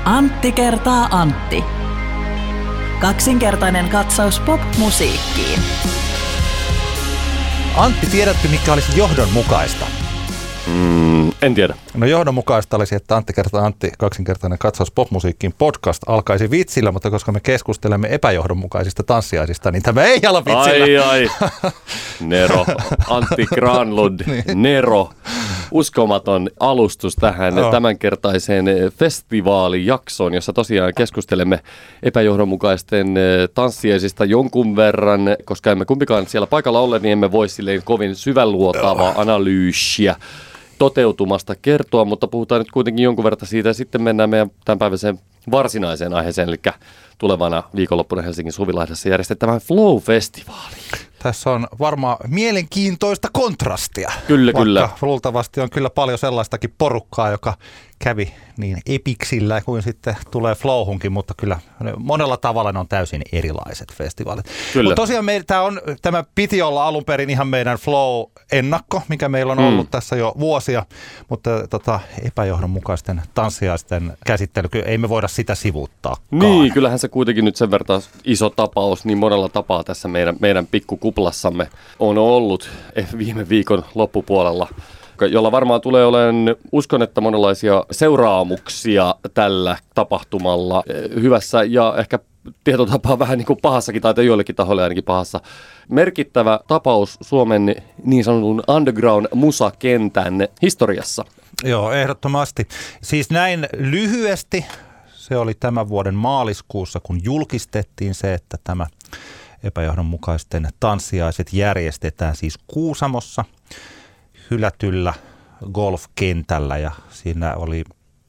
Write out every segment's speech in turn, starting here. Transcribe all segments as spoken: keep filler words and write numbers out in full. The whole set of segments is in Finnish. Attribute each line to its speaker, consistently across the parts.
Speaker 1: Antti kertaa Antti. Kaksinkertainen katsaus pop-musiikkiin.
Speaker 2: Antti, tiedätkö mikä olisi johdonmukaista?
Speaker 3: Mm, en tiedä.
Speaker 2: No johdonmukaista olisi, että Antti kertaa Antti, kaksinkertainen katsaus popmusiikkiin podcast alkaisi vitsillä, mutta koska me keskustelemme epäjohdonmukaisista tanssiaisista, niin tämä ei ala vitsillä.
Speaker 3: Ai ai, Nero, Antti Granlund, niin. Nero. Uskomaton alustus tähän no. tämänkertaiseen festivaalijaksoon, jossa tosiaan keskustelemme epäjohdonmukaisten tanssiaisista jonkun verran, koska emme kumpikaan siellä paikalla ole, niin emme voi silleen kovin syvänluotaavaa analyysiä toteutumasta kertoa, mutta puhutaan nyt kuitenkin jonkun verran siitä ja sitten mennään meidän tämänpäiväiseen varsinaiseen aiheeseen, eli tulevana viikonloppuna Helsingin Suvilahdessa järjestettävään Flow-festivaaliin.
Speaker 2: Tässä on varmaan mielenkiintoista kontrastia.
Speaker 3: Kyllä,
Speaker 2: Vaikka
Speaker 3: kyllä.
Speaker 2: luultavasti on kyllä paljon sellaistakin porukkaa, joka kävi niin epiksillä kuin sitten tulee Flowhunkin, mutta kyllä monella tavalla ne on täysin erilaiset festivaalit. Mutta tosiaan me, tämä, on, tämä piti olla alun perin ihan meidän Flow-ennakko, mikä meillä on ollut mm. tässä jo vuosia, mutta tota, epäjohdonmukaisten tanssiaisten käsittely, ei me voida sitä sivuuttaa.
Speaker 3: Niin, kyllähän se kuitenkin nyt sen verran iso tapaus niin monella tapaa tässä meidän, meidän pikkukuplassamme on ollut viime viikon loppupuolella, jolla varmaan tulee olemaan, uskon, että monenlaisia seuraamuksia tällä tapahtumalla hyvässä ja ehkä tietotapaa vähän niin kuin pahassakin, tai joillekin tahoille ainakin pahassa. Merkittävä tapaus Suomen niin sanotun underground-musakentän historiassa.
Speaker 2: Joo, ehdottomasti. Siis näin lyhyesti, se oli tämän vuoden maaliskuussa, kun julkistettiin se, että tämä epäjohdonmukaisten tanssiaiset järjestetään siis Kuusamossa hylätyllä golfkentällä, ja siinä oli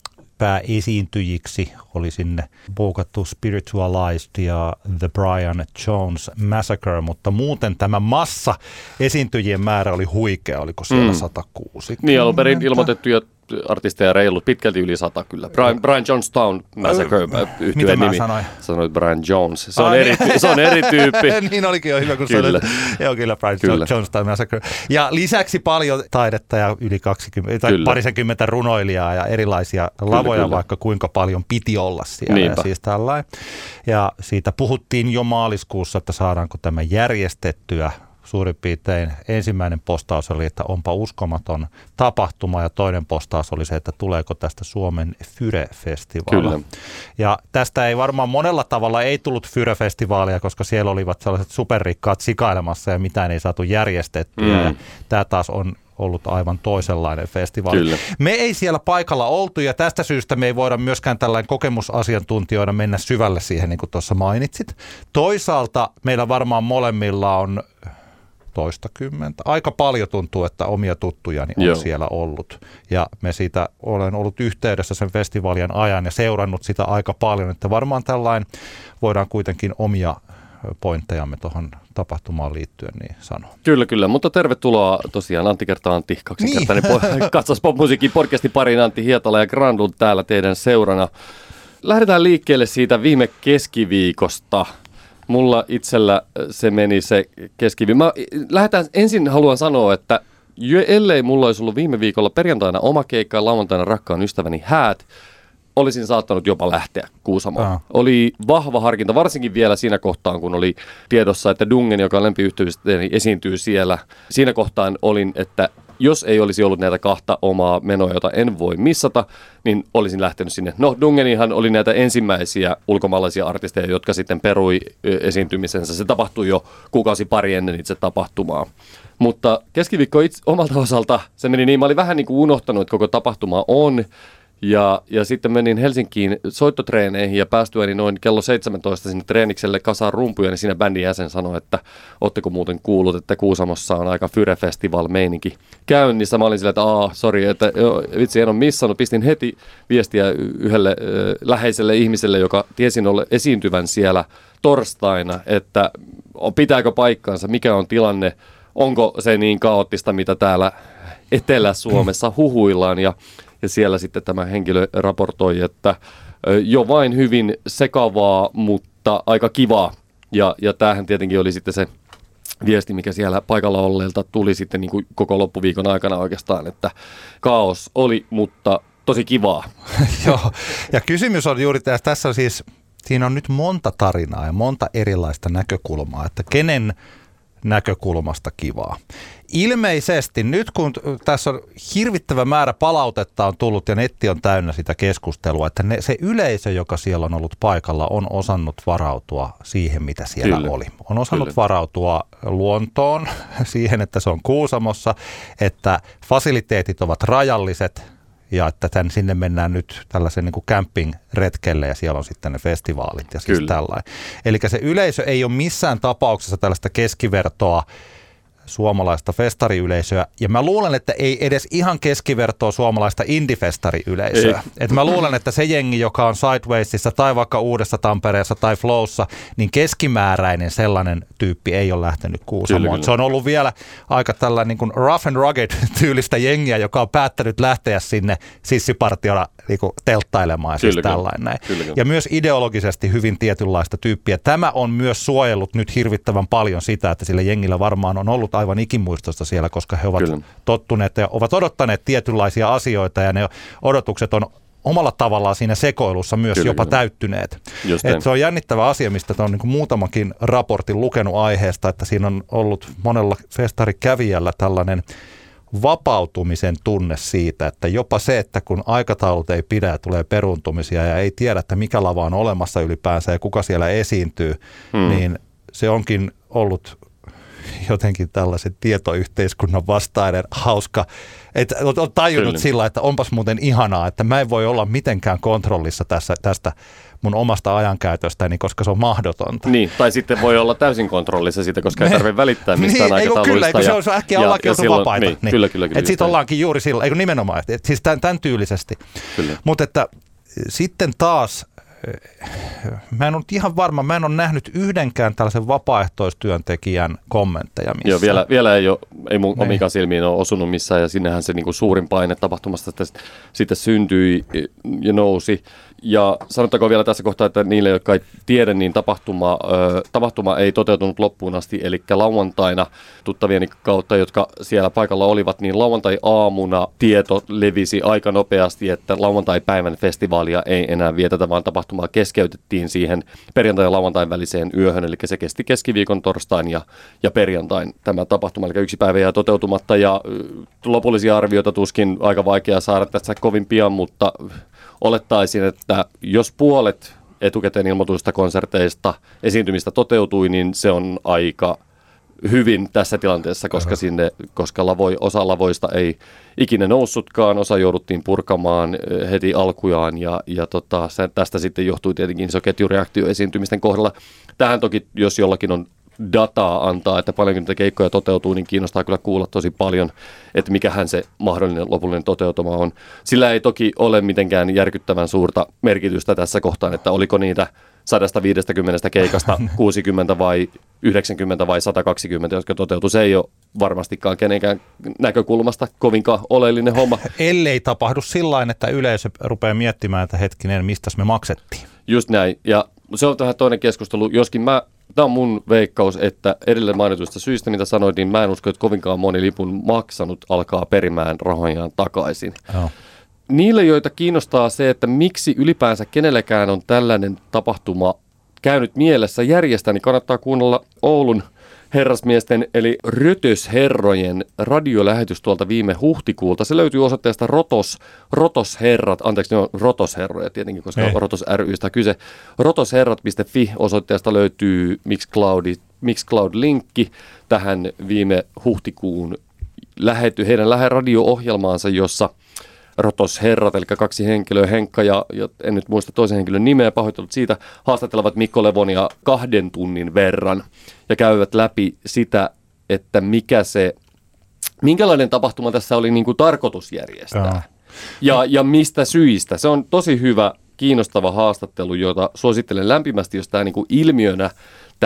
Speaker 2: pääesiintyjiksi oli sinne buukattu Spiritualized ja The Brian Jones Massacre, mutta muuten tämä massa esiintyjien määrä oli huikea, oliko siellä mm. sata kuusikymmentä?
Speaker 3: Niin, alun perin ilmoitettuja artisteja reilut pitkälti yli sata kyllä. Brian, Brian Jonestown Massacre yhtyeen
Speaker 2: Mitä
Speaker 3: nimi.
Speaker 2: Mä sanoin?
Speaker 3: Sanoit Brian Jones. Se on, eri, se on eri tyyppi.
Speaker 2: Niin olikin jo hyvä, kun
Speaker 3: kyllä.
Speaker 2: sanoit. Joo, kyllä Brian
Speaker 3: kyllä.
Speaker 2: Jonestown Massacre. Ja lisäksi paljon taidetta ja yli kaksikymmentä, tai parisenkymmentä runoilijaa ja erilaisia kyllä, lavoja, kyllä. vaikka kuinka paljon piti olla siellä.
Speaker 3: Niinpä.
Speaker 2: Ja, siis tällainen. Ja siitä puhuttiin jo maaliskuussa, että saadaanko tämä järjestettyä. Suurin piirtein ensimmäinen postaus oli, että onpa uskomaton tapahtuma, ja toinen postaus oli se, että tuleeko tästä Suomen Fyre-festivaali. Ja tästä ei varmaan monella tavalla ei tullut Fyre-festivaalia, koska siellä olivat sellaiset superrikkaat sikailemassa ja mitään ei saatu järjestettyä. Mm. Ja tämä taas on ollut aivan toisenlainen festivaali. Kyllä. Me ei siellä paikalla oltu, ja tästä syystä me ei voida myöskään tällainen kokemusasiantuntijoina mennä syvälle siihen, niin kuin tuossa mainitsit. Toisaalta meillä varmaan molemmilla on toistakymmentä. Aika paljon tuntuu, että omia tuttujani on Joo. siellä ollut. Ja me siitä olen ollut yhteydessä sen festivaalien ajan ja seurannut sitä aika paljon, että varmaan tällainen voidaan kuitenkin omia pointtejamme tuohon tapahtumaan liittyen niin sanoa.
Speaker 3: Kyllä, kyllä. Mutta tervetuloa tosiaan Antti kertaa Antti, kaksinkertainen niin. katsaus popmusiikin podcastin pariin. Antti Hietala ja Granlund täällä teidän seurana. Lähdetään liikkeelle siitä viime keskiviikosta. Mulla itsellä se meni se keskiviikko. Mä lähdetään, ensin haluan sanoa, että ellei mulla olisi ollut viime viikolla perjantaina oma keikka ja lauantaina rakkaan ystäväni häät, olisin saattanut jopa lähteä Kuusamoon. Aha. Oli vahva harkinta, varsinkin vielä siinä kohtaan, kun oli tiedossa, että Dungen, joka on lempiystäväni, esiintyy siellä. Siinä kohtaan olin, että jos ei olisi ollut näitä kahta omaa menoa, jota en voi missata, niin olisin lähtenyt sinne. No, Dungenihan oli näitä ensimmäisiä ulkomaalaisia artisteja, jotka sitten perui esiintymisensä. Se tapahtui jo kuukausi pari ennen itse tapahtumaa. Mutta keskiviikko itse, omalta osalta se meni niin, mä olin vähän niin kuin unohtanut, että koko tapahtuma on. Ja, ja sitten menin Helsinkiin soittotreeneihin ja päästyäni noin kello seitsemäntoista sinne treenikselle kasaan rumpuja, niin siinä bändin jäsen sanoi, että ootteko muuten kuullut, että Kuusamossa on aika Fyre-festival-meininki käynnissä. Mä olin sillä, että aah, sori, että joo, vitsi en ole missannut. Pistin heti viestiä yhdelle äh, läheiselle ihmiselle, joka tiesin olla esiintyvän siellä torstaina, että pitääkö paikkaansa, mikä on tilanne, onko se niin kaoottista, mitä täällä Etelä-Suomessa huhuillaan. Ja Ja siellä sitten tämä henkilö raportoi, että jo vain hyvin sekavaa, mutta aika kivaa. Ja, ja tämähän tietenkin oli sitten se viesti, mikä siellä paikalla olleilta tuli sitten niin kuin koko loppuviikon aikana oikeastaan, että kaos oli, mutta tosi kivaa.
Speaker 2: Joo, ja kysymys on juuri tässä, tässä on siis, siinä on nyt monta tarinaa ja monta erilaista näkökulmaa, että kenen näkökulmasta kivaa. Ilmeisesti nyt kun tässä on hirvittävä määrä palautetta on tullut ja netti on täynnä sitä keskustelua, että ne, se yleisö, joka siellä on ollut paikalla, on osannut varautua siihen, mitä siellä
Speaker 3: Kyllä.
Speaker 2: oli. On osannut
Speaker 3: Kyllä.
Speaker 2: varautua luontoon, siihen, että se on Kuusamossa, että fasiliteetit ovat rajalliset ja että tämän, sinne mennään nyt tällaisen niin kuin camping-retkelle ja siellä on sitten ne festivaalit ja siis
Speaker 3: Kyllä.
Speaker 2: tällainen. Eli se yleisö ei ole missään tapauksessa tällaista keskivertoa suomalaista festariyleisöä, ja mä luulen, että ei edes ihan keskivertoa suomalaista indie-festariyleisöä. Että mä luulen, että se jengi, joka on Sidewaysissa tai vaikka Uudessa Tampereessa tai Flowssa, niin keskimääräinen sellainen tyyppi ei ole lähtenyt Kuusamoon. Se on ollut vielä aika tällainen niin kuin rough and rugged tyylistä jengiä, joka on päättänyt lähteä sinne sissipartiona niin kuin telttailemaan. Siis tällainen näin. Ja myös ideologisesti hyvin tietynlaista tyyppiä. Tämä on myös suojellut nyt hirvittävän paljon sitä, että sillä jengillä varmaan on ollut aivan ikimuistosta siellä, koska he ovat Kyllä. tottuneet ja ovat odottaneet tietynlaisia asioita ja ne odotukset on omalla tavallaan siinä sekoilussa myös Kyllä, jopa täyttyneet. Et se on jännittävä asia, mistä on niin kuin muutamakin raportin lukenut aiheesta, että siinä on ollut monella festarikävijällä tällainen vapautumisen tunne siitä, että jopa se, että kun aikataulut ei pidä ja tulee peruuntumisia ja ei tiedä, että mikä lava on olemassa ylipäänsä ja kuka siellä esiintyy, hmm. niin se onkin ollut jotenkin tällaisen tietoyhteiskunnan vastainen hauska, että on tajunnut Kyllä. sillä, että onpas muuten ihanaa, että mä en voi olla mitenkään kontrollissa tässä, tästä mun omasta ajankäytöstäni, koska se on mahdotonta.
Speaker 3: Niin, tai sitten voi olla täysin kontrollissa siitä, koska ei tarvitse välittää mistään niin, aikatauluista.
Speaker 2: Kyllä, eikö se on, se on äkkiä ja, ollakin oltu vapaita.
Speaker 3: Niin, niin. Kyllä, kyllä. kyllä
Speaker 2: että sitten ollaankin juuri sillä, eikö nimenomaan, että et siis tämän, tämän tyylisesti. Mutta että sitten taas, mä en ole ihan varma, mä en ole nähnyt yhdenkään tällaisen vapaaehtoistyöntekijän kommentteja missään.
Speaker 3: Joo, vielä, vielä ei, ole, ei mun niin. omikaan silmiin ole osunut missään, ja sinnehän se niinku suurin paine tapahtumasta sitten syntyi ja nousi. Ja sanottakoon vielä tässä kohtaa, että niille, jotka ei tiedä, niin tapahtuma, ö, tapahtuma ei toteutunut loppuun asti, eli lauantaina tuttavieni kautta, jotka siellä paikalla olivat, niin lauantai-aamuna tieto levisi aika nopeasti, että lauantai-päivän festivaalia ei enää vietetä, vaan tapahtumaa keskeytettiin siihen perjantai- ja lauantain väliseen yöhön, eli se kesti keskiviikon, torstain ja, ja perjantain tämä tapahtuma, eli yksi päivä jää toteutumatta, ja lopullisia arvioita tuskin aika vaikea saada tässä kovin pian, mutta olettaisin, että jos puolet etukäteen ilmoituista konserteista esiintymistä toteutui, niin se on aika hyvin tässä tilanteessa, koska, sinne, koska lavoi, osa lavoista ei ikinä noussutkaan, osa jouduttiin purkamaan heti alkujaan ja, ja tota, se, tästä sitten johtui tietenkin iso ketjureaktio esiintymisten kohdalla. Tähän toki, jos jollakin on dataa antaa, että paljonko niitä keikkoja toteutuu, niin kiinnostaa kyllä kuulla tosi paljon, että mikähän se mahdollinen lopullinen toteutuma on. Sillä ei toki ole mitenkään järkyttävän suurta merkitystä tässä kohtaan, että oliko niitä sata viisikymmentä keikasta kuusikymmentä vai yhdeksänkymmentä vai sata kaksikymmentä, jotka toteutuu. Se ei ole varmastikaan kenenkään näkökulmasta kovinkaan oleellinen homma.
Speaker 2: Ellei tapahdu sillain, että yleisö rupeaa miettimään, että hetkinen, mistä me maksettiin.
Speaker 3: Just näin. Ja se on vähän toinen keskustelu, joskin mä Tämä on mun veikkaus, että edelleen mainituista syistä, mitä sanoit, niin mä en usko, että kovinkaan moni lipun maksanut alkaa perimään rahojaan takaisin. Oh. Niille, joita kiinnostaa se, että miksi ylipäänsä kenellekään on tällainen tapahtuma käynyt mielessä järjestää, niin kannattaa kuunnella Oulun herrasmiesten eli Rötösherrojen radiolähetys tuolta viime huhtikuulta. Se löytyy osoitteesta Rotos, Rotosherrat, anteeksi ne on Rotosherroja tietenkin, koska on Rotos ry:stä kyse. Rotosherrat piste fi osoitteesta löytyy Mixcloud, Mixcloud-linkki tähän viime huhtikuun lähety, heidän läheradio-ohjelmaansa, jossa Rotosherrat, eli kaksi henkilöä, Henkka ja, ja en nyt muista toisen henkilön nimeä, pahoittelut siitä, haastattelevat Mikko Levonia kahden tunnin verran ja käyvät läpi sitä, että mikä se, minkälainen tapahtuma tässä oli niin kuin tarkoitus järjestää ja, ja mistä syistä. Se on tosi hyvä, kiinnostava haastattelu, jota suosittelen lämpimästi, jos tämä niin kuin ilmiönä tämä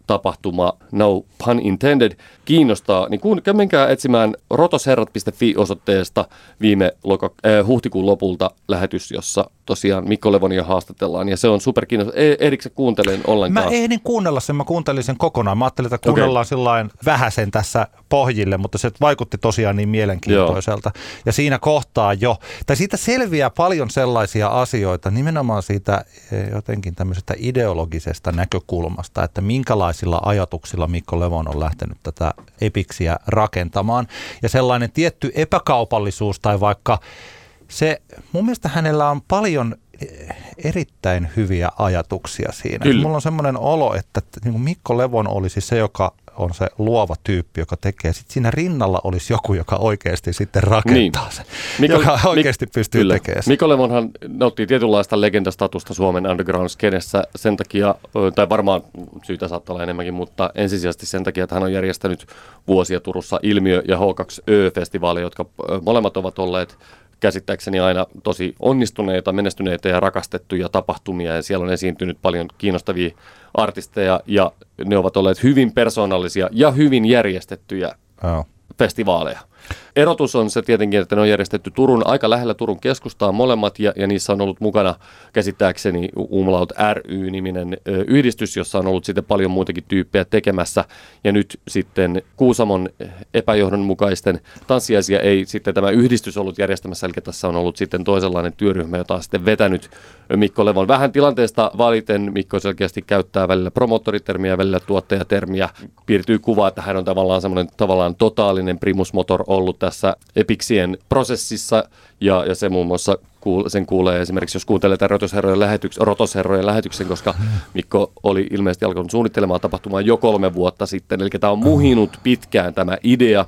Speaker 3: tapahtuma, no pun intended, kiinnostaa, niin kun, menkää etsimään rotosherrat piste fi-osoitteesta viime loka, äh, huhtikuun lopulta lähetys, jossa tosiaan Mikko Levonia haastatellaan, ja se on superkiinnostavaa. Ehdikö sä kuuntelen ollenkaan?
Speaker 2: Mä ehdin kuunnella sen, mä kuuntelin sen kokonaan. Mä ajattelin, että kuunnellaan okay. sillain vähäsen tässä pohjille, mutta se vaikutti tosiaan niin mielenkiintoiselta. Joo. Ja siinä kohtaa jo, tai siitä selviää paljon sellaisia asioita, nimenomaan siitä jotenkin tämmöisestä ideologisesta näkökulmasta, että minkälaisilla ajatuksilla Mikko Levon on lähtenyt tätä Epixiä rakentamaan. Ja sellainen tietty epäkaupallisuus tai vaikka se, mun mielestä hänellä on paljon erittäin hyviä ajatuksia siinä. Kyllä. Mulla on semmoinen olo, että Mikko Levon olisi se, joka on se luova tyyppi, joka tekee. Sitten siinä rinnalla olisi joku, joka oikeasti sitten rakentaa niin. sen, Mikko, joka oikeasti Mik, pystyy kyllä. tekemään sen.
Speaker 3: Mikko Levonhan nauttii tietynlaista legendastatusta Suomen underground-skenessä sen takia, tai varmaan syytä saattaa olla enemmänkin, mutta ensisijaisesti sen takia, että hän on järjestänyt vuosia Turussa Ilmiö- ja H kaksi Ö-festivaaleja, jotka molemmat ovat olleet käsittääkseni aina tosi onnistuneita, menestyneitä ja rakastettuja tapahtumia, ja siellä on esiintynyt paljon kiinnostavia artisteja, ja ne ovat olleet hyvin persoonallisia ja hyvin järjestettyjä oh. festivaaleja. Erotus on se tietenkin, että ne on järjestetty Turun, aika lähellä Turun keskustaa molemmat, ja, ja niissä on ollut mukana käsittääkseni Umlaut ry-niminen ö, yhdistys, jossa on ollut sitten paljon muitakin tyyppejä tekemässä, ja nyt sitten Kuusamon epäjohdonmukaisten tanssiaisia ei sitten tämä yhdistys ollut järjestämässä, eli tässä on ollut sitten toisenlainen työryhmä, jota on sitten vetänyt Mikko Levon. Vähän tilanteesta valiten Mikko selkeästi käyttää välillä promoottoritermiä, välillä tuottajatermiä, piirtyy kuva, että hän on tavallaan semmoinen tavallaan totaalinen primusmotor ollut tässä Epixien prosessissa, ja, ja se muun muassa kuul, sen kuulee esimerkiksi, jos kuuntelee tämän Rotosherrojen, lähetyks, Rotosherrojen lähetyksen, koska Mikko oli ilmeisesti alkanut suunnittelemaan tapahtumaa jo kolme vuotta sitten, eli tämä on muhinut pitkään tämä idea,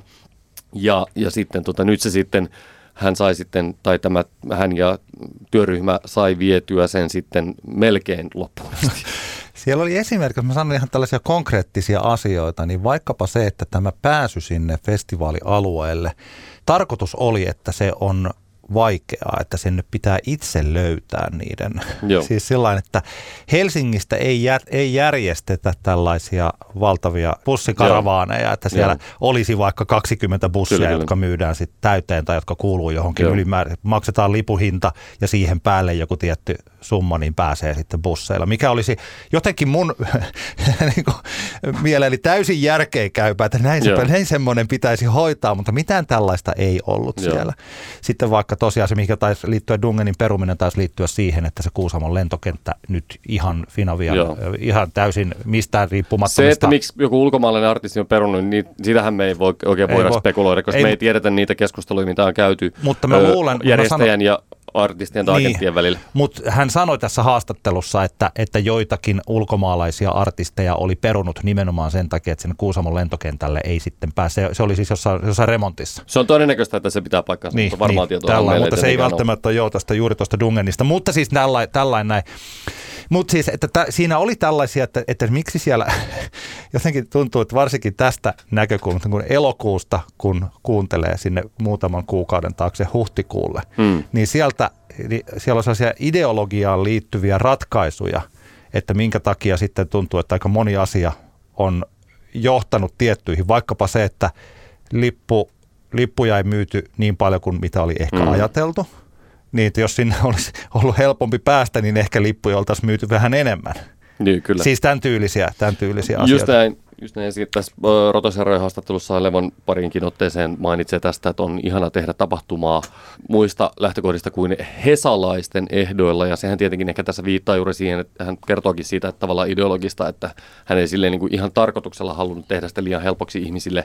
Speaker 3: ja, ja sitten tota, nyt se sitten, hän sai sitten, tai tämä, hän ja työryhmä sai vietyä sen sitten melkein loppuun asti.
Speaker 2: Siellä oli esimerkiksi, jos mä sanon ihan tällaisia konkreettisia asioita, niin vaikkapa se, että tämä pääsy sinne festivaalialueelle, tarkoitus oli, että se on vaikeaa, että sen pitää itse löytää niiden. Joo. Siis sillain, että Helsingistä ei, jär, ei järjestetä tällaisia valtavia bussikaravaaneja, Joo. että siellä Joo. olisi vaikka kaksikymmentä bussia, kyllä, jotka kyllä. myydään sitten täyteen tai jotka kuuluu johonkin ylimäärin. Maksetaan lipuhinta ja siihen päälle joku tietty summa, niin pääsee sitten busseilla. Mikä olisi jotenkin mun niin kuin, mieleeni täysin järkeenkäypää, että näin, se, näin semmoinen pitäisi hoitaa, mutta mitään tällaista ei ollut Joo. siellä. Sitten vaikka tosiaan se, mikä taisi liittyä Dungenin peruminen, taisi liittyä siihen, että se Kuusamon lentokenttä nyt ihan Finavian, Joo. ihan täysin mistään riippumattomista.
Speaker 3: Se, että miksi joku ulkomaalainen artisti on perunut, niin sitähän me ei voi oikein ei voida voi, spekuloida, koska ei, me ei tiedetä niitä keskusteluja, mitä on käyty mutta mä ö, luulen, järjestäjän mä sanon, ja artistien tai niin, agenttien välillä.
Speaker 2: Mutta hän sanoi tässä haastattelussa, että, että joitakin ulkomaalaisia artisteja oli perunut nimenomaan sen takia, että sen Kuusamon lentokentälle ei sitten pääse. Se oli siis jossain, jossain remontissa.
Speaker 3: Se on todennäköistä, että se pitää paikkansa, niin, mutta varmaan niin, tietoa on meille.
Speaker 2: Mutta se ei välttämättä ole jo tästä, juuri tuosta Dungenista. Mutta siis tällainen, tällainen näin. Mutta siis, että t- siinä oli tällaisia, että, että miksi siellä jotenkin tuntuu, että varsinkin tästä näkökulmasta, kun elokuusta, kun kuuntelee sinne muutaman kuukauden taakse huhtikuulle, hmm. niin sieltä niin siellä on sellaisia ideologiaan liittyviä ratkaisuja, että minkä takia sitten tuntuu, että aika moni asia on johtanut tiettyihin, vaikkapa se, että lippu, lippuja ei myyty niin paljon kuin mitä oli ehkä hmm. ajateltu. Niin, että jos sinne olisi ollut helpompi päästä, niin ehkä lippuja oltaisiin myyty vähän enemmän.
Speaker 3: Niin, kyllä.
Speaker 2: Siis tämän tyylisiä, tämän tyylisiä
Speaker 3: just
Speaker 2: asioita.
Speaker 3: Näin, just näin. Tässä uh, Rotosherrojen haastattelussa Levon parinkin otteeseen mainitsee tästä, että on ihana tehdä tapahtumaa muista lähtökohdista kuin hesalaisten ehdoilla. Ja sehän tietenkin ehkä tässä viittaa juuri siihen, että hän kertookin siitä, että tavallaan ideologista, että hän ei silleen niin kuin ihan tarkoituksella halunnut tehdä sitä liian helpoksi ihmisille,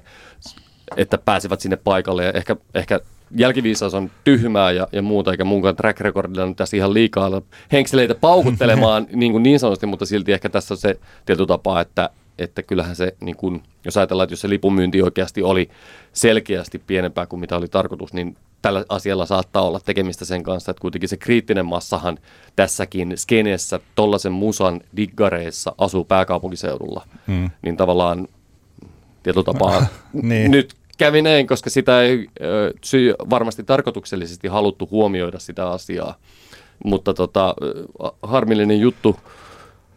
Speaker 3: että pääsevät sinne paikalle. Ja ehkä, ehkä jälkiviisaus on tyhmää ja, ja muuta, eikä muunkaan track recordilla nyt tässä ihan liikaa henkseleitä paukuttelemaan niin, kuin niin sanotusti, mutta silti ehkä tässä on se tietty tapa, että, että kyllähän se, niin kuin, jos ajatellaan, että jos se lipunmyynti oikeasti oli selkeästi pienempää kuin mitä oli tarkoitus, niin tällä asialla saattaa olla tekemistä sen kanssa, että kuitenkin se kriittinen massahan tässäkin skeneessä, tollaisen musan diggareissa asuu pääkaupunkiseudulla, hmm. niin tavallaan tietyllä tapaa niin. nyt kävi näin, koska sitä ei ö, syy varmasti tarkoituksellisesti haluttu huomioida sitä asiaa, mutta tota, harmillinen juttu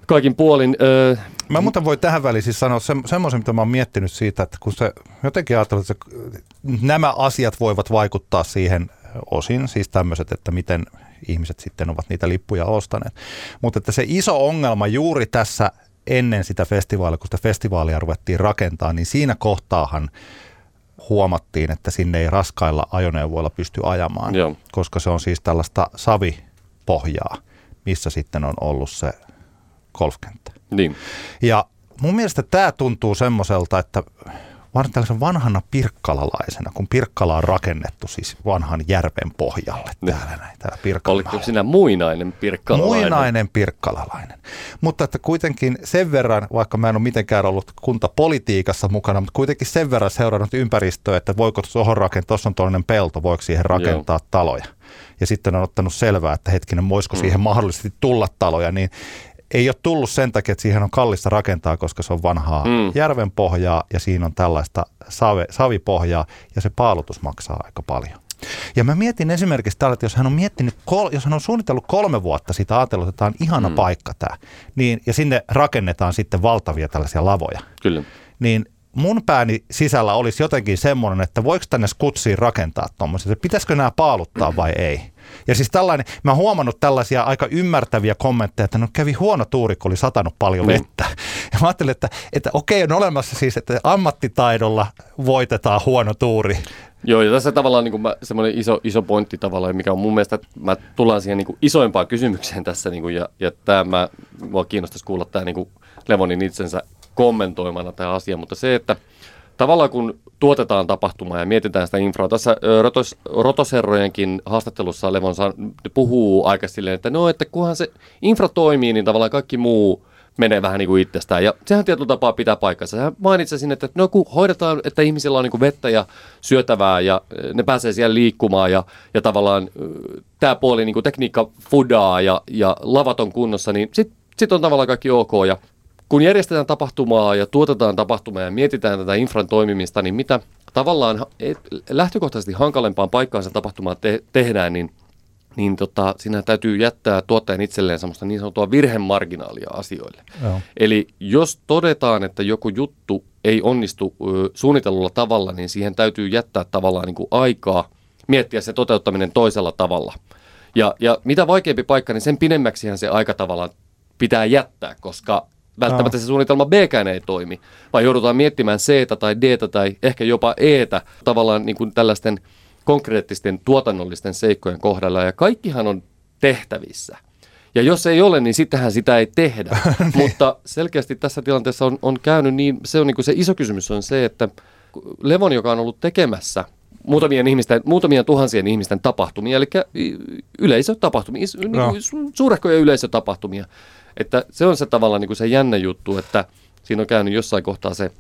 Speaker 3: kaikin puolin. Öö,
Speaker 2: Mä muuten voi tähän väliin siis sanoa se, semmoisen, mitä mä oon miettinyt siitä, että kun se jotenkin ajatellut, että se, nämä asiat voivat vaikuttaa siihen osin, siis tämmöiset, että miten ihmiset sitten ovat niitä lippuja ostaneet. Mutta että se iso ongelma juuri tässä ennen sitä festivaalia, kun sitä festivaalia ruvettiin rakentaa, niin siinä kohtaahan huomattiin, että sinne ei raskailla ajoneuvoilla pysty ajamaan, Joo. koska se on siis tällaista savipohjaa, missä sitten on ollut se golfkenttä.
Speaker 3: Niin.
Speaker 2: Ja mun mielestä tämä tuntuu semmoiselta, että varsin tällaisen vanhana pirkkalalaisena, kun Pirkkala on rakennettu siis vanhan järven pohjalle täällä näin, täällä Pirkkalalla.
Speaker 3: Oliko sinä muinainen pirkkalalainen?
Speaker 2: Muinainen pirkkalalainen. Mutta että kuitenkin sen verran, vaikka mä en ole mitenkään ollut kuntapolitiikassa mukana, mutta kuitenkin sen verran seurannut ympäristöä, että voiko tuohon rakentaa, tuossa on toinen pelto, voiko siihen rakentaa Joo. taloja. Ja sitten on ottanut selvää, että hetkinen, voisiko mm. siihen mahdollisesti tulla taloja, niin ei ole tullut sen takia, että siihen on kallista rakentaa, koska se on vanhaa mm. järven pohjaa ja siinä on tällaista save, savipohjaa ja se paalutus maksaa aika paljon. Ja mä mietin esimerkiksi tällä, että jos hän on miettinyt, jos hän on suunnitellut kolme vuotta sitä, ajatellut, että tämä on ihana mm. paikka tämä, niin, ja sinne rakennetaan sitten valtavia tällaisia lavoja.
Speaker 3: Kyllä.
Speaker 2: Niin mun pääni sisällä olisi jotenkin semmoinen, että voiko tänne skutsiin rakentaa tuommoisia, että pitäisikö nämä paaluttaa vai ei. Ja siis tällainen, mä oon huomannut tällaisia aika ymmärtäviä kommentteja, että no kävi huono tuuri, kun oli satanut paljon vettä. Mm. Ja mä ajattelin, että, että okei, on olemassa siis, että ammattitaidolla voitetaan huono tuuri.
Speaker 3: Joo, ja tässä tavallaan niin mä, semmoinen iso, iso pointti tavallaan, mikä on mun mielestä, että mä tullaan siihen niin kuin isoimpaan kysymykseen tässä, niin kuin, ja, ja tämä, mua kiinnostaisi kuulla tämä niin kuin Levonin itsensä kommentoimana tämä asia, mutta se, että tavallaan kun tuotetaan tapahtumaa ja mietitään sitä infraa, tässä Rotos, Rotosherrojenkin haastattelussa Levon puhuu aika silleen, että no, että kunhan se infra toimii, niin tavallaan kaikki muu menee vähän niin kuin itsestään. Ja sehän tietyllä tapaa pitää paikkansa. Hän mainitsi sinne, että no kun hoidetaan, että ihmisillä on niin kuin vettä ja syötävää ja ne pääsee siellä liikkumaan ja, ja tavallaan tämä puoli niin kuin tekniikka fudaa ja, ja lavat on kunnossa, niin sitten sit on tavallaan kaikki ok. Ja kun järjestetään tapahtumaa ja tuotetaan tapahtumaa ja mietitään tätä infran toimimista, niin mitä tavallaan lähtökohtaisesti hankalempaan paikkaan se tapahtumaa te- tehdään, niin, niin tota, siinä täytyy jättää tuottajan itselleen semmoista niin sanottua virhemarginaalia asioille. Joo. Eli jos todetaan, että joku juttu ei onnistu ö, suunnitellulla tavalla, niin siihen täytyy jättää tavallaan niin kuin aikaa miettiä se toteuttaminen toisella tavalla. Ja, ja mitä vaikeampi paikka, niin sen pidemmäksihän se aika tavallaan pitää jättää, koska välttämättä no. se suunnitelma B-kään ei toimi, vaan joudutaan miettimään C-tä tai D-tä tai ehkä jopa E-tä tavallaan niin kuin tällaisten konkreettisten tuotannollisten seikkojen kohdalla. Ja kaikkihan on tehtävissä. Ja jos ei ole, niin sittenhän sitä ei tehdä. niin. Mutta selkeästi tässä tilanteessa on, on käynyt niin, se on niin kuin se iso kysymys on se, että Levon, joka on ollut tekemässä muutamien, ihmisten, muutamien tuhansien ihmisten tapahtumia, eli yleisötapahtumia, no. niin suurehkoja yleisötapahtumia, että se on se tavallaan niin kuin se jännä juttu, että siinä on käynyt jossain kohtaa se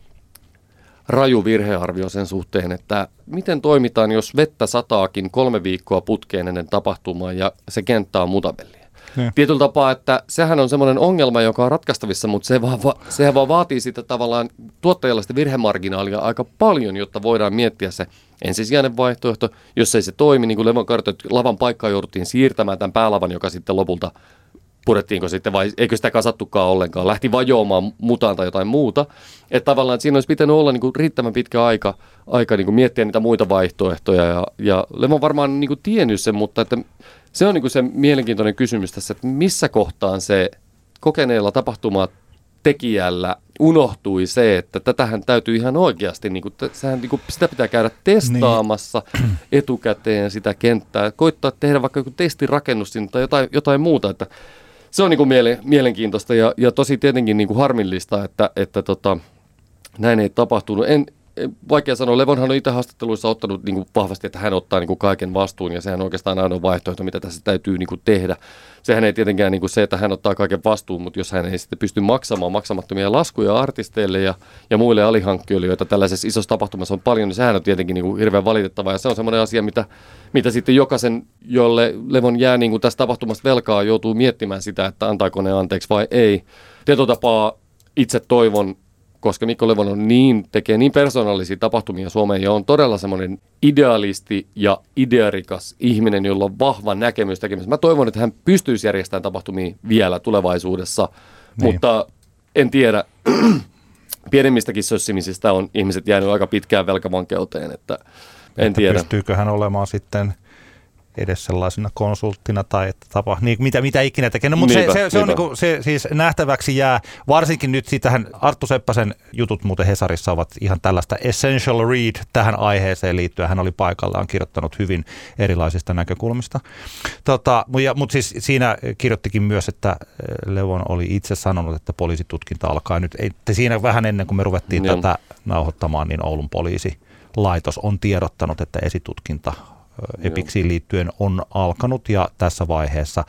Speaker 3: raju virhearvio sen suhteen, että miten toimitaan, jos vettä sataakin kolme viikkoa putkeen ennen tapahtumaa ja se kenttä on mutavellia. Ja. Tietyllä tapaa, että sehän on semmoinen ongelma, joka on ratkaistavissa, mutta se vaan, sehän vaan vaatii sitä tavallaan tuottajalle sitä virhemarginaalia aika paljon, jotta voidaan miettiä se ensisijainen vaihtoehto. Jos ei se toimi, niin kuin Levon kartoitti, että lavan paikkaa jouduttiin siirtämään tämän päälavan, joka sitten lopulta purettiinko sitten vai eikö sitä kasattukaan ollenkaan, lähti vajoamaan mutaan tai jotain muuta. Että tavallaan että siinä olisi pitänyt olla niin kuin riittävän pitkä aika, aika niin kuin miettiä niitä muita vaihtoehtoja. Ja, ja Levon on varmaan niin kuin tiennyt sen, mutta että se on niin kuin se mielenkiintoinen kysymys tässä, että missä kohtaan se kokeneella tapahtumaa tekijällä unohtui se, että tätähän täytyy ihan oikeasti, niin kuin, sehän, niin kuin, sitä pitää käydä testaamassa niin. etukäteen sitä kenttää, koittaa tehdä vaikka joku testirakennus tai jotain, jotain muuta, että se on niin kuin miele, mielenkiintoista ja, ja tosi tietenkin niin kuin harmillista, että, että tota, näin ei tapahtunut. En, vaikea sanoa, Levonhan on itse haastatteluissa ottanut niin kuin vahvasti, että hän ottaa niin kuin kaiken vastuun ja sehän on oikeastaan ainoa vaihtoehto, mitä tässä täytyy niin kuin tehdä. Sehän ei tietenkään niin kuin se, että hän ottaa kaiken vastuun, mutta jos hän ei sitten pysty maksamaan maksamattomia laskuja artisteille ja, ja muille alihankkijoille, joita tällaisessa isossa tapahtumassa on paljon, niin sehän on tietenkin niin kuin hirveän valitettavaa ja se on semmoinen asia, mitä, mitä sitten jokaisen, jolle Levon jää niin kuin tästä tapahtumasta velkaa, joutuu miettimään sitä, että antaako ne anteeksi vai ei. Tietyllä tapaa itse toivon, koska Mikko Levon on niin, tekee niin persoonallisia tapahtumia Suomeen ja on todella semmoinen idealisti ja idearikas ihminen, jolla on vahva näkemys tekemisessä. Mä toivon, että hän pystyisi järjestämään tapahtumia vielä tulevaisuudessa Niin. Mutta en tiedä, pienemmistäkin sössimisistä on ihmiset jäänyt aika pitkään velkavankeuteen, että en
Speaker 2: että
Speaker 3: tiedä.
Speaker 2: Pystyykö hän olemaan sitten edes sellaisena konsulttina tai että tapa, niin mitä, mitä ikinä tekee. No, mutta niinpä, se, se, se on niinku, se siis nähtäväksi jää, varsinkin nyt sitähän Arttu Seppäsen jutut muuten Hesarissa ovat ihan tällaista essential read tähän aiheeseen liittyen. Hän oli paikalla, on kirjoittanut hyvin erilaisista näkökulmista. Tota, mutta siis siinä kirjoittikin myös, että Levon oli itse sanonut, että poliisitutkinta alkaa nyt. Ei, siinä vähän ennen kuin me ruvettiin no. tätä nauhoittamaan, niin Oulun poliisilaitos on tiedottanut, että esitutkinta Epiksiin liittyen on alkanut ja tässä vaiheessa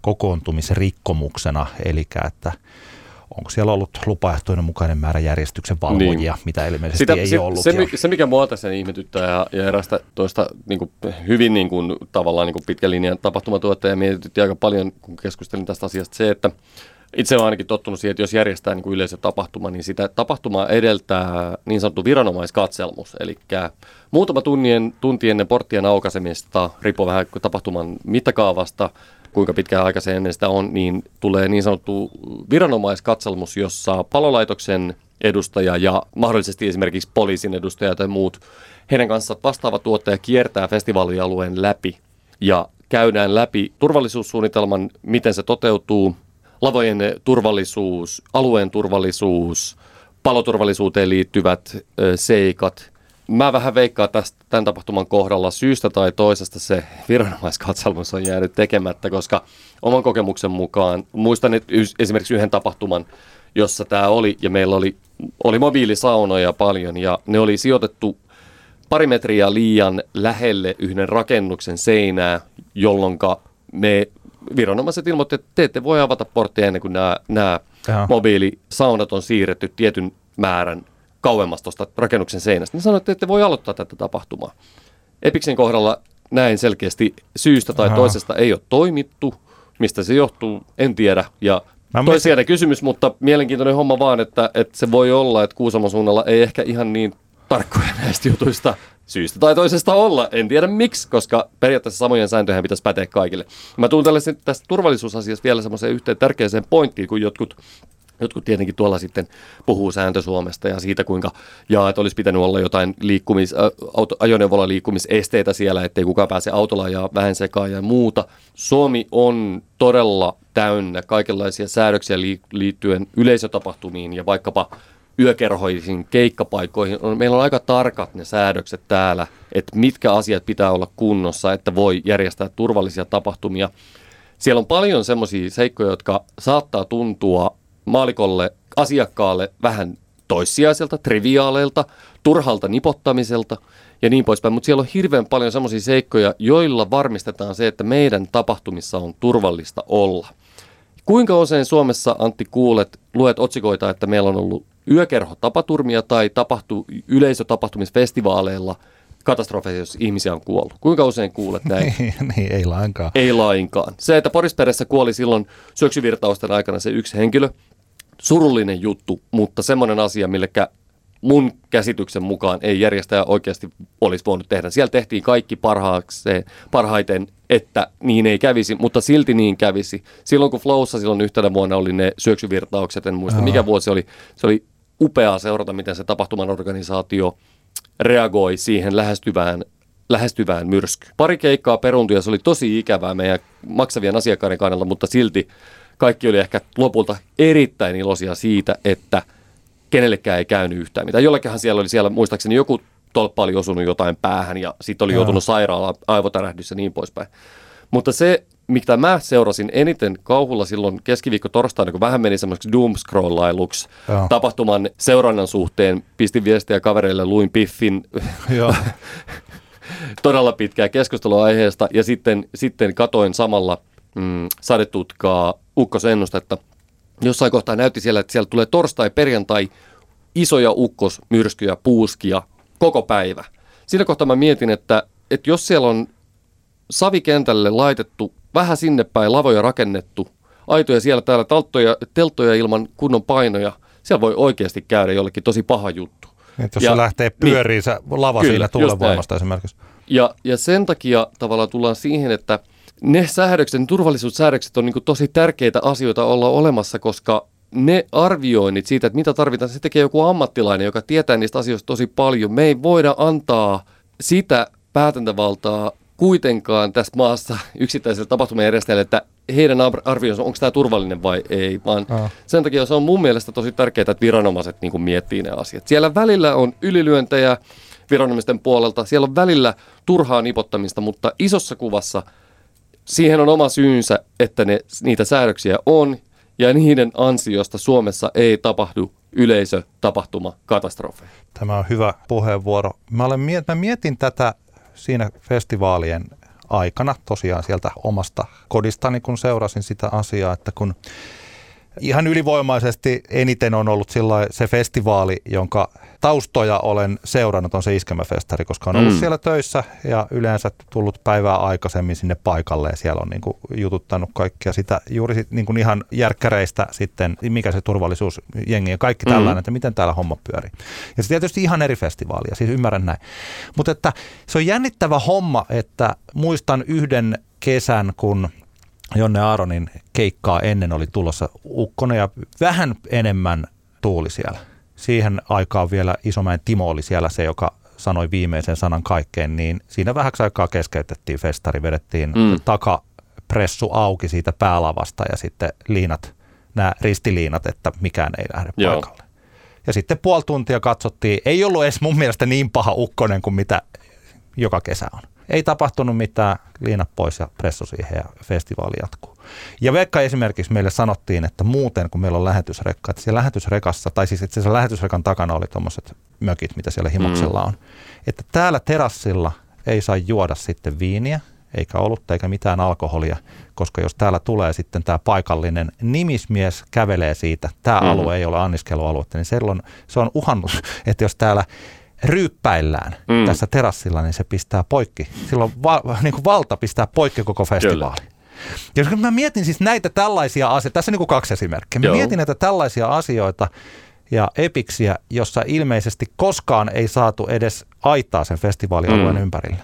Speaker 2: kokoontumisrikkomuksena, eli että onko siellä ollut lupaehtoinen mukainen määrä järjestyksen valvojia, niin. mitä ilmeisesti Sitä, ei
Speaker 3: se,
Speaker 2: ollut.
Speaker 3: Se, ja... se, mikä mua tässä ihmetyttää ja, ja erästä toista niin kuin, hyvin niin kuin, tavallaan niin kuin pitkän linjan tapahtumatuottaja mietitytti aika paljon, kun keskustelin tästä asiasta, se, että itse olen ainakin tottunut siihen, että jos järjestää niin kuin yleisötapahtuma, niin sitä tapahtumaa edeltää niin sanottu viranomaiskatselmus. Eli muutama tunnien, tunti ennen porttien aukaisemista, riippuu vähän tapahtuman mittakaavasta, kuinka pitkään aikaisemmin ennen sitä on, niin tulee niin sanottu viranomaiskatselmus, jossa palolaitoksen edustaja ja mahdollisesti esimerkiksi poliisin edustaja tai muut, heidän kanssa vastaava tuottaja kiertää festivaalialueen läpi ja käydään läpi turvallisuussuunnitelman, miten se toteutuu, lavojen turvallisuus, alueen turvallisuus, paloturvallisuuteen liittyvät ö, seikat. Mä vähän veikkaan tästä, tämän tapahtuman kohdalla syystä tai toisesta se viranomaiskatselmus on jäänyt tekemättä, koska oman kokemuksen mukaan, muistan että esimerkiksi yhden tapahtuman, jossa tämä oli ja meillä oli, oli mobiilisaunoja paljon ja ne oli sijoitettu pari metriä liian lähelle yhden rakennuksen seinää, jolloin me viranomaiset ilmoittivat, että te ette voi avata porttia ennen kuin nämä, nämä mobiilisaunat on siirretty tietyn määrän kauemmas tuosta rakennuksen seinästä. Ne sanoivat, että ette voi aloittaa tätä tapahtumaa. Epiksen kohdalla näin selkeästi syystä tai Aha. toisesta ei ole toimittu. Mistä se johtuu, en tiedä. Ja toisiainen kysymys, mutta mielenkiintoinen homma vaan, että, että se voi olla, että Kuusamon suunnalla ei ehkä ihan niin tarkkoja näistä jutuista syystä tai toisesta olla. En tiedä miksi, koska periaatteessa samojen sääntöjä pitäisi päteä kaikille. Mä tuun tällaisen tästä turvallisuusasiasta vielä semmoiseen yhteen tärkeäseen pointtiin, kun jotkut, jotkut tietenkin tuolla sitten puhuu sääntö Suomesta ja siitä, kuinka jaa, että olisi pitänyt olla jotain liikkumis, ä, auto, ajoneuvolla liikkumisesteitä siellä, ettei kukaan pääse autolla ja vähän sekaan ja muuta. Suomi on todella täynnä kaikenlaisia säädöksiä liittyen yleisötapahtumiin ja vaikkapa yökerhoihin, keikkapaikkoihin. Meillä on aika tarkat ne säädökset täällä, että mitkä asiat pitää olla kunnossa, että voi järjestää turvallisia tapahtumia. Siellä on paljon semmoisia seikkoja, jotka saattaa tuntua maalikolle, asiakkaalle vähän toissijaiselta, triviaaleilta, turhalta nipottamiselta ja niin poispäin. Mutta siellä on hirveän paljon semmoisia seikkoja, joilla varmistetaan se, että meidän tapahtumissa on turvallista olla. Kuinka usein Suomessa, Antti, kuulet, luet otsikoita, että meillä on ollut yökerhotapaturmia tai tapahtu, yleisötapahtumisfestivaaleilla katastrofeja, jos ihmisiä on kuollut. Kuinka usein kuulet näin?
Speaker 2: niin, ei lainkaan.
Speaker 3: Ei lainkaan. Se, että Porisperässä kuoli silloin syöksyvirtausten aikana se yksi henkilö, surullinen juttu, mutta semmoinen asia, millekä mun käsityksen mukaan ei järjestäjä oikeasti olisi voinut tehdä. Siellä tehtiin kaikki parhaakseen, parhaiten, että niin ei kävisi, mutta silti niin kävisi. Silloin kun Flowssa silloin yhtenä vuonna oli ne syöksyvirtaukset, en muista Aha. mikä vuosi oli, se oli upeaa seurata, miten se tapahtuman organisaatio reagoi siihen lähestyvään, lähestyvään myrskyyn. Pari keikkaa peruuntui ja se oli tosi ikävää meidän maksavien asiakkaiden kannalta, mutta silti kaikki oli ehkä lopulta erittäin iloisia siitä, että kenellekään ei käynyt yhtään mitään. Jollekinhan siellä oli siellä, muistaakseni joku tolppa oli osunut jotain päähän ja sitten oli joutunut sairaalaan, aivotärähdys ja niin poispäin. Mutta se, mitä mä seurasin eniten kauhulla silloin keskiviikko torstaina, kun vähän meni semmoiseksi doomscrollailuksi tapahtuman seurannan suhteen, pistin viestiä kavereille, luin Piffin todella pitkää keskustelua aiheesta ja sitten, sitten katoin samalla mm, sadetutkaa ukkosennustetta. Jossain kohtaa näytti siellä, että siellä tulee torstai, perjantai, isoja ukkosmyrskyjä, puuskia, koko päivä. Siinä kohtaa mä mietin, että, että jos siellä on savikentälle laitettu, vähän sinne päin lavoja rakennettu, aitoja siellä täällä, telttoja, telttoja ilman kunnon painoja, siellä voi oikeasti käydä jollekin tosi paha juttu.
Speaker 2: Että jos ja, se lähtee pyöriin, niin, se lava kyllä, siinä tuulenvoimasta esimerkiksi.
Speaker 3: Ja, ja sen takia tavallaan tullaan siihen, että ne säädökset, turvallisuussäädökset on niin kuin tosi tärkeitä asioita olla olemassa, koska ne arvioinnit siitä, että mitä tarvitaan, se tekee joku ammattilainen, joka tietää niistä asioista tosi paljon. Me ei voida antaa sitä päätäntävaltaa kuitenkaan tässä maassa yksittäiselle tapahtumajärjestäjälle, että heidän arvionsa, onko tämä turvallinen vai ei, vaan Aa. sen takia se on mun mielestä tosi tärkeää, että viranomaiset niin kuin miettii ne asiat. Siellä välillä on ylilyöntejä viranomaisten puolelta, siellä on välillä turhaa nipottamista, mutta isossa kuvassa siihen on oma syynsä, että ne, niitä säädöksiä on, ja niiden ansiosta Suomessa ei tapahdu yleisötapahtuma-katastrofeja.
Speaker 2: Tämä on hyvä puheenvuoro. Mä, olen miet- mä mietin tätä siinä festivaalien aikana tosiaan sieltä omasta kodistani, kun seurasin sitä asiaa, että kun ihan ylivoimaisesti eniten on ollut se festivaali, jonka taustoja olen seurannut, on se Iskelmäfestari, koska on ollut mm. siellä töissä ja yleensä tullut päivää aikaisemmin sinne paikalle ja siellä on niin kuin jututtanut kaikkea sitä juuri sit niin kuin ihan järkkäreistä sitten, mikä se turvallisuusjengi ja kaikki tällainen, mm. että miten täällä homma pyörii. Ja se tietysti ihan eri festivaalia, siis ymmärrän näin. Mutta että se on jännittävä homma, että muistan yhden kesän, kun Jonne Aaronin keikkaa ennen oli tulossa ukkonen ja vähän enemmän tuuli siellä. Siihen aikaan vielä Isomäen Timo oli siellä se, joka sanoi viimeisen sanan kaikkeen, niin siinä vähäksi aikaa keskeytettiin festari, vedettiin mm. takapressu auki siitä päälavasta ja sitten liinat, nämä ristiliinat, että mikään ei lähde Joo. paikalle. Ja sitten puoli tuntia katsottiin, ei ollut edes mun mielestä niin paha ukkonen kuin mitä joka kesä on. Ei tapahtunut mitään, liinat pois ja pressu siihen ja festivaali jatkuu. Ja vaikka esimerkiksi meille sanottiin, että muuten kun meillä on lähetysrekka, että siellä lähetysrekassa, tai siis itse asiassa lähetysrekan takana oli tuommoiset mökit, mitä siellä Himoksella on, että täällä terassilla ei saa juoda sitten viiniä, eikä olutta eikä mitään alkoholia, koska jos täällä tulee sitten tämä paikallinen nimismies kävelee siitä, tämä mm. alue ei ole anniskelualuetta, niin silloin se on uhannut, että jos täällä ryyppäillään mm. tässä terassilla, niin se pistää poikki. Silloin va, niin kuin valta pistää poikki koko festivaali. Kyllä. Ja jos mä mietin siis näitä tällaisia asioita, tässä on niin kuin kaksi esimerkkiä. Mä Joo. mietin näitä tällaisia asioita ja epiksiä, jossa ilmeisesti koskaan ei saatu edes aitaa sen festivaalialueen mm. ympärille.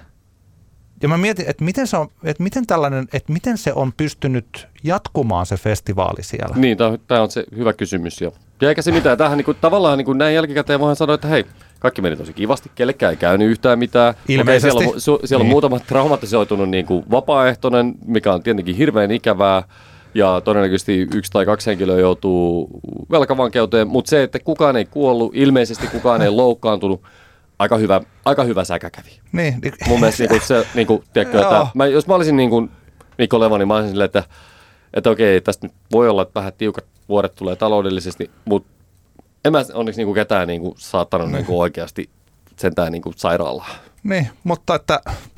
Speaker 2: Ja mä mietin, että miten se on, että miten tällainen, että miten se on pystynyt jatkumaan se festivaali siellä.
Speaker 3: Niin, tämä on se hyvä kysymys. Ja, ja eikä se mitään. Tämähän niin kuin, tavallaan niin kuin näin jälkikäteen voidaan sanoa, että hei, kaikki meni tosi kivasti, kellekään ei käynyt yhtään mitään.
Speaker 2: Ilmeisesti.
Speaker 3: Okay, siellä on, siellä on niin. muutama traumatisoitunut niin kuin vapaaehtoinen, mikä on tietenkin hirveän ikävää. Ja todennäköisesti yksi tai kaksi henkilöä joutuu velkavankeuteen. Mutta se, että kukaan ei kuollut, ilmeisesti kukaan ei loukkaantunut. Aika hyvä, aika hyvä säkä kävi.
Speaker 2: Niin.
Speaker 3: Mun mielestä niin se, niin kuin, tiedätkö, että mä, jos mä olisin niin kuin Mikko Levo, niin mä olisin silleen, että, että okei, tästä nyt voi olla, että vähän tiukat vuodet tulee taloudellisesti, mutta en mä onneksi niin kuin ketään niin kuin saattanut niin. niin kuin oikeasti sentään niin kuin sairaalaan.
Speaker 2: Niin, mutta että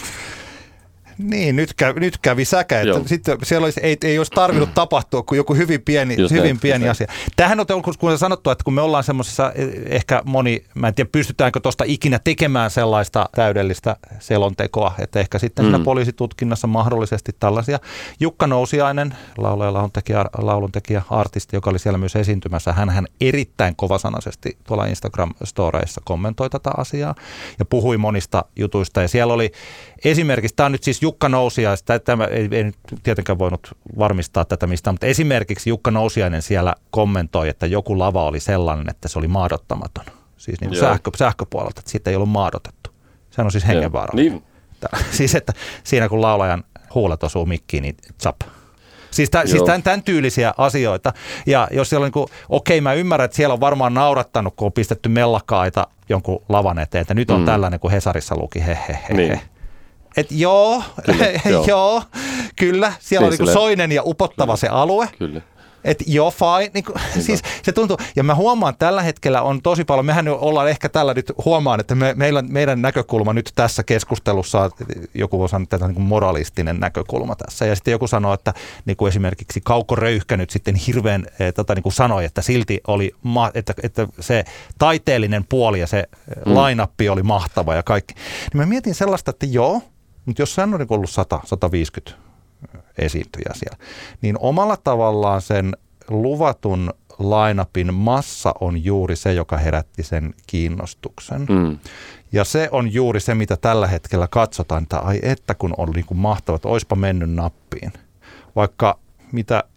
Speaker 2: niin, nyt, kävi, nyt kävi säkä, että sitten siellä olisi, ei, ei olisi tarvinnut tapahtua kuin joku hyvin pieni, hyvin näin, pieni asia. Tämähän on, kun sanottu, että kun me ollaan semmoisessa, ehkä moni, mä en tiedä pystytäänkö tuosta ikinä tekemään sellaista täydellistä selontekoa, että ehkä sitten mm. siinä poliisitutkinnassa mahdollisesti tällaisia. Jukka Nousiainen, laulaja, lauluntekijä, lauluntekijä, artisti, joka oli siellä myös esiintymässä, hänhän erittäin kovasanaisesti tuolla Instagram-storeissa kommentoi tätä asiaa ja puhui monista jutuista ja siellä oli esimerkiksi, tämä on nyt siis Jukka Nousiainen, tämä ei, ei nyt tietenkään voinut varmistaa tätä mistään, mutta esimerkiksi Jukka Nousiainen siellä kommentoi, että joku lava oli sellainen, että se oli maadottamaton. Siis niin kuin sähkö, sähköpuolelta, että siitä ei ollut maadotettu. Sehän on siis hengenvaarallinen. Niin. Siis että siinä kun laulajan huulet osuu mikkiin, niin zap. Siis, tä, siis tämän, tämän tyylisiä asioita. Ja jos siellä on niin kuin, okei, mä ymmärrän, että siellä on varmaan naurattanut, kun on pistetty mellakaita jonkun lavan eteen, että nyt on mm. tällainen, kuin Hesarissa luki, he, he, he, niin. he. Et joo, kyllä, joo. joo, kyllä, siellä niin on niin soinen ja upottava kyllä. se alue. Kyllä. Et joo, fine. Niin kuin, siis se tuntuu, ja mä huomaan, että tällä hetkellä on tosi paljon, mehän ollaan ehkä tällä nyt, huomaan, että me, meillä, meidän näkökulma nyt tässä keskustelussa, joku voi sanoa, että niin kuin moralistinen näkökulma tässä, ja sitten joku sanoo, että niin kuin esimerkiksi Kauko Röyhkä nyt sitten hirveän tota, niin kuin sanoi, että silti oli, että, että se taiteellinen puoli ja se mm. line-up oli mahtava ja kaikki. Niin mä mietin sellaista, että joo, mutta jos hän on ollut sata sata viisikymmentä esiintyjä siellä, niin omalla tavallaan sen luvatun line-upin massa on juuri se, joka herätti sen kiinnostuksen. Mm. Ja se on juuri se, mitä tällä hetkellä katsotaan, että ai että kun on niin kuin mahtava, että oispa mennyt nappiin. Vaikka mitä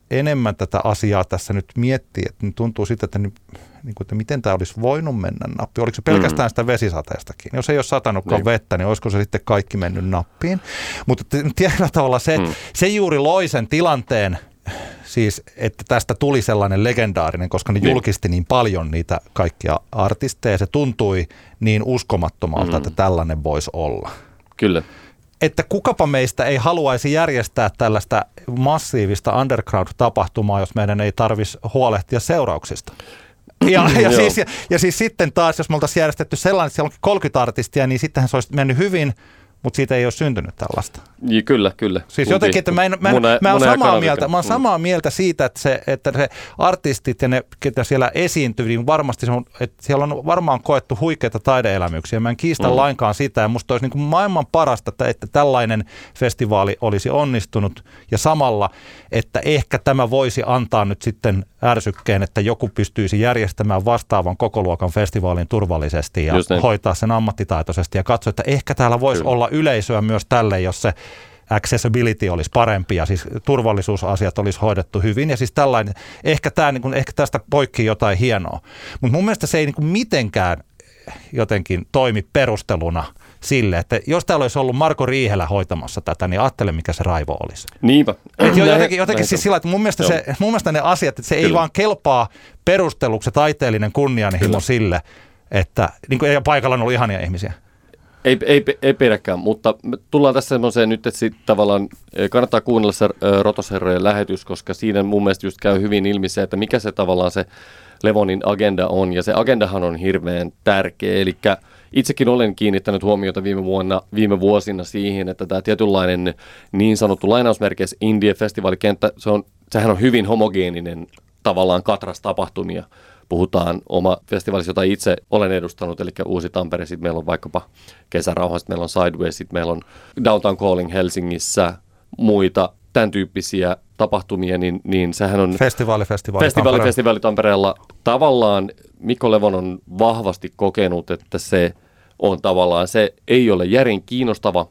Speaker 2: enemmän tätä asiaa tässä nyt miettii, että niin tuntuu siitä, että, niin, niin kuin, että miten tämä olisi voinut mennä nappiin. Oliko se pelkästään mm. sitä vesisateestakin? Jos ei ole satanutkaan niin. vettä, niin olisiko se sitten kaikki mennyt nappiin? Mutta tietyllä tavalla se, mm. se juuri loi sen tilanteen, siis, että tästä tuli sellainen legendaarinen, koska ne niin. julkisti niin paljon niitä kaikkia artisteja. Se tuntui niin uskomattomalta, mm. että tällainen voisi olla.
Speaker 3: Kyllä.
Speaker 2: Että kukapa meistä ei haluaisi järjestää tällaista massiivista underground-tapahtumaa, jos meidän ei tarvitsisi huolehtia seurauksista. Ja, ja, siis, ja, ja siis sitten taas, jos me oltaisiin järjestetty sellainen, että siellä on kolmekymmentä artistia, niin sittenhän se olisi mennyt hyvin, mutta siitä ei ole syntynyt tällaista.
Speaker 3: Ja kyllä, kyllä.
Speaker 2: Siis jotenkin, että mä, en, mä, muna, mä, olen samaa mieltä, mä olen samaa mieltä siitä, että se, että se artistit ja ne, ketä siellä esiintyy, niin varmasti se on, että siellä on varmaan koettu huikeita taideelämyksiä. Mä en kiistä mm. lainkaan sitä, ja musta olisi niin kuin maailman parasta, että, että tällainen festivaali olisi onnistunut, ja samalla, että ehkä tämä voisi antaa nyt sitten ärsykkeen, että joku pystyisi järjestämään vastaavan kokoluokan festivaalin turvallisesti ja hoitaa sen ammattitaitoisesti, ja katsoa, että ehkä täällä voisi Kyllä. olla yleisöä myös tälle, jos se accessibility olisi parempi ja siis turvallisuusasiat olisi hoidettu hyvin. Ja siis tällainen, ehkä, tämä, niin kuin, ehkä tästä poikki jotain hienoa. Mutta mun mielestä se ei niin kuin mitenkään jotenkin toimi perusteluna sille, että jos täällä olisi ollut Marko Riihelä hoitamassa tätä, niin ajattele, mikä se raivo olisi.
Speaker 3: Niinpä.
Speaker 2: Et jotenkin jotenkin siis sillä, että mun mielestä, se, mun mielestä ne asiat, että se Kyllä. ei vaan kelpaa perusteluksi taiteellinen kunnianhimo Kyllä. sille, että niin kuin, ja paikalla on ollut ihania ihmisiä.
Speaker 3: Ei, ei, ei pidäkään, mutta me tullaan tässä semmoiseen nyt, että sit tavallaan kannattaa kuunnella se Rotosherrojen lähetys, koska siinä mun mielestä just käy hyvin ilmi se, että mikä se tavallaan se Levonin agenda on, ja se agendahan on hirveän tärkeä, eli itsekin olen kiinnittänyt huomiota viime vuonna, viime vuosina siihen, että tämä tietynlainen niin sanottu lainausmerkeissä indie-festivaalikenttä, se on, sehän on hyvin homogeeninen tavallaan katras tapahtumia. Puhutaan oma festivaalissa, jota itse olen edustanut, eli Uusi Tampere, sitten meillä on vaikkapa Kesärauha, sitten meillä on Sideways, sitten meillä on Downtown Calling Helsingissä, muita tämän tyyppisiä tapahtumia, niin, niin sehän on
Speaker 2: festivaali, festivaali,
Speaker 3: festivaali, festivaali Tampereella. Tavallaan Mikko Levon on vahvasti kokenut, että se on tavallaan, se ei ole järin kiinnostava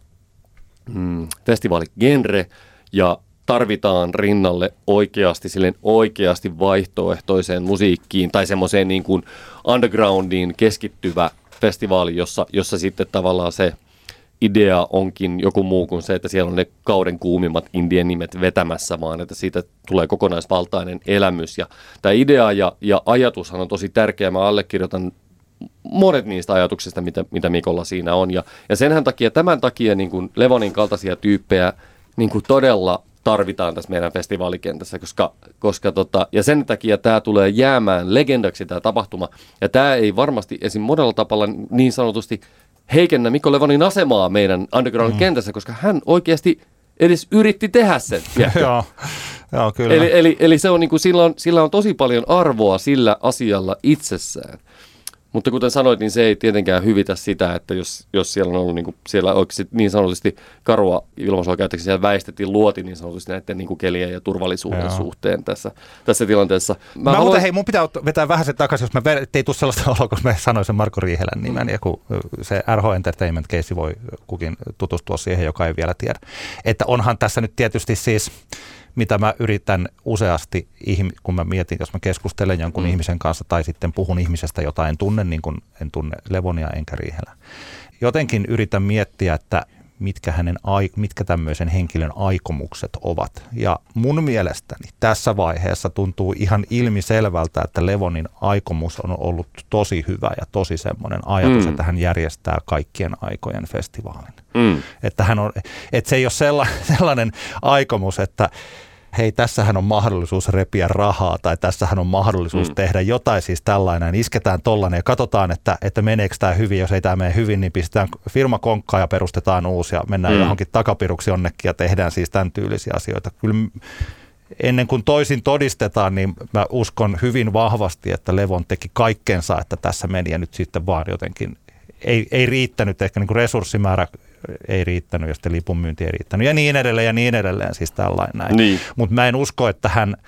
Speaker 3: mm, festivaaligenre, ja tarvitaan rinnalle oikeasti, silleen oikeasti vaihtoehtoiseen musiikkiin tai semmoiseen niin kuin undergroundiin keskittyvä festivaali, jossa, jossa sitten tavallaan se idea onkin joku muu kuin se, että siellä on ne kauden kuumimmat indien nimet vetämässä, vaan että siitä tulee kokonaisvaltainen elämys. Ja tämä idea ja, ja ajatushan on tosi tärkeä. Mä allekirjoitan monet niistä ajatuksista, mitä, mitä Mikolla siinä on. Ja, ja senhän takia, tämän takia niin kuin Levonin kaltaisia tyyppejä niin kuin todella tarvitaan tässä meidän festivaalikentässä, koska, koska tota, ja sen takia tämä tulee jäämään legendaksi tämä tapahtuma, ja tämä ei varmasti esim. Monella tapalla niin sanotusti heikennä Mikko Levonin asemaa meidän underground-kentässä, koska hän oikeasti edes yritti tehdä sen.
Speaker 2: Joo, joo, kyllä.
Speaker 3: Eli, eli, eli se on, niin kuin, sillä, on, sillä on tosi paljon arvoa sillä asialla itsessään. Mutta kuten sanoit, niin se ei tietenkään hyvitä sitä, että jos, jos siellä on ollut niin kuin, siellä oikeasti niin sanotusti karua ilmaisua käyttäksi, siellä väistettiin luoti niin sanotusti näiden niin kuin kelien ja turvallisuuden Joo. suhteen tässä, tässä tilanteessa. Mä,
Speaker 2: mä
Speaker 3: haluan...
Speaker 2: muuten, hei, mun pitää vetää vähän sen takaisin, jos mä ver... ei tule sellaista oloa, kun mä sanoin sen Marko Riihelän nimen, ja kun se R H Entertainment case voi kukin tutustua siihen, joka ei vielä tiedä. Että onhan tässä nyt tietysti siis, mitä mä yritän useasti, kun mä mietin, jos mä keskustelen jonkun mm. ihmisen kanssa tai sitten puhun ihmisestä, jota en tunne, niin kuin en tunne Levonia enkä Riihelää. Jotenkin yritän miettiä, että mitkä, hänen, mitkä tämmöisen henkilön aikomukset ovat. Ja mun mielestäni tässä vaiheessa tuntuu ihan ilmiselvältä, että Levonin aikomus on ollut tosi hyvä ja tosi semmoinen ajatus, mm. että hän järjestää kaikkien aikojen festivaalin. Mm. Että, hän on, että se ei ole sellainen, sellainen aikomus, että hei, tässähän on mahdollisuus repiä rahaa tai tässähän on mahdollisuus mm. tehdä jotain siis tällainen, isketään tollainen ja katsotaan, että, että meneekö tämä hyvin, jos ei tämä mene hyvin, niin pistetään firma konkkaan ja perustetaan uusi ja mennään mm. johonkin takapiruksi jonnekin ja tehdään siis tämän tyylisiä asioita. Kyllä ennen kuin toisin todistetaan, niin mä uskon hyvin vahvasti, että Levon teki kaikkensa, että tässä meni ja nyt sitten vaan jotenkin ei, ei riittänyt, ehkä niin kuin resurssimäärä ei riittänyt ja sitten lipunmyynti ei riittänyt ja niin edelleen ja niin edelleen, siis tällainen näin. Niin. Mutta mä en usko, että hän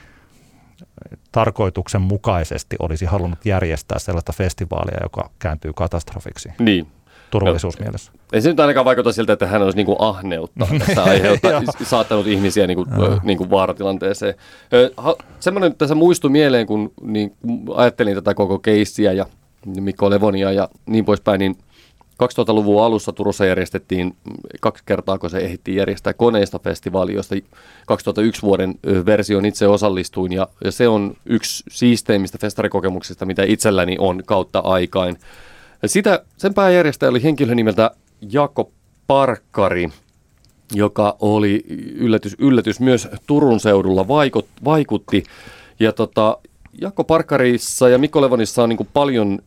Speaker 2: tarkoituksenmukaisesti olisi halunnut järjestää sellaista festivaalia, joka kääntyy katastrofiksi.
Speaker 3: Niin.
Speaker 2: turvallisuusmielessä.
Speaker 3: Ei se nyt ainakaan vaikuta siltä, että hän olisi niin kuin ahneutta tässä aiheuttaa, saattanut ihmisiä niin kuin, niin kuin vaaratilanteeseen. Semmoinen tässä muistui mieleen, kun niin, ajattelin tätä koko keissiä ja Mikko Levonia ja niin poispäin, niin kaksituhattaluvun alussa Turussa järjestettiin kaksi kertaa, kun se ehdittiin järjestää koneistofestivaali, josta kaksituhattayksi vuoden version itse osallistuin. Ja, ja se on yksi siisteimmistä festarikokemuksista, mitä itselläni on kautta aikain. Sitä, sen pääjärjestäjä oli henkilö nimeltä Jaakko Parkkari, joka oli yllätys, yllätys myös Turun seudulla vaikut, vaikutti. Ja tota, Jaakko Parkkarissa ja Mikko Levonissa on niin kuin paljon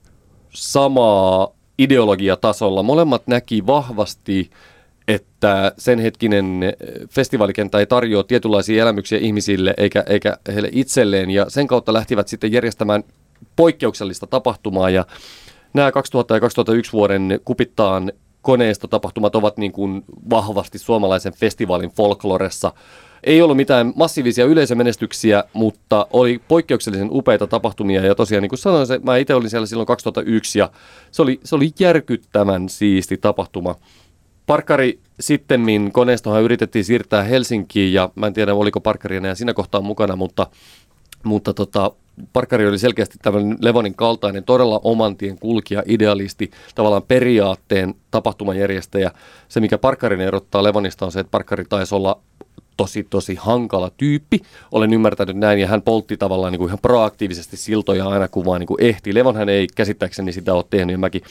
Speaker 3: samaa ideologiatasolla. Molemmat näki vahvasti, että sen hetkinen festivaalikenttä ei tarjoa tietynlaisia elämyksiä ihmisille eikä, eikä heille itselleen, ja sen kautta lähtivät sitten järjestämään poikkeuksellista tapahtumaa, ja nämä kaksituhatta ja kaksituhattayksi vuoden Kupittaan koneistotapahtumat ovat niin kuin vahvasti suomalaisen festivaalin folkloressa. Ei ollut mitään massiivisia yleisömenestyksiä, mutta oli poikkeuksellisen upeita tapahtumia. Ja tosiaan niin kuin sanoin, se, mä itse olin siellä silloin kaksituhattayksi ja se oli, se oli järkyttävän siisti tapahtuma. Parkkari sittemmin koneistohan yritettiin siirtää Helsinkiin ja mä en tiedä oliko Parkkari enää siinä kohtaa mukana, mutta, mutta tota, Parkkari oli selkeästi tämmöinen Levonin kaltainen, todella oman tien kulkija, idealisti, tavallaan periaatteen tapahtumajärjestäjä. Se, mikä Parkkarin erottaa Levonista, on se, että Parkkari taisi olla tosi, tosi hankala tyyppi. Olen ymmärtänyt näin, ja hän poltti tavallaan niin kuin ihan proaktiivisesti siltoja aina, kun vaan niin kuin ehti. Levon hän ei käsittääkseni sitä ole tehnyt, ja mäkin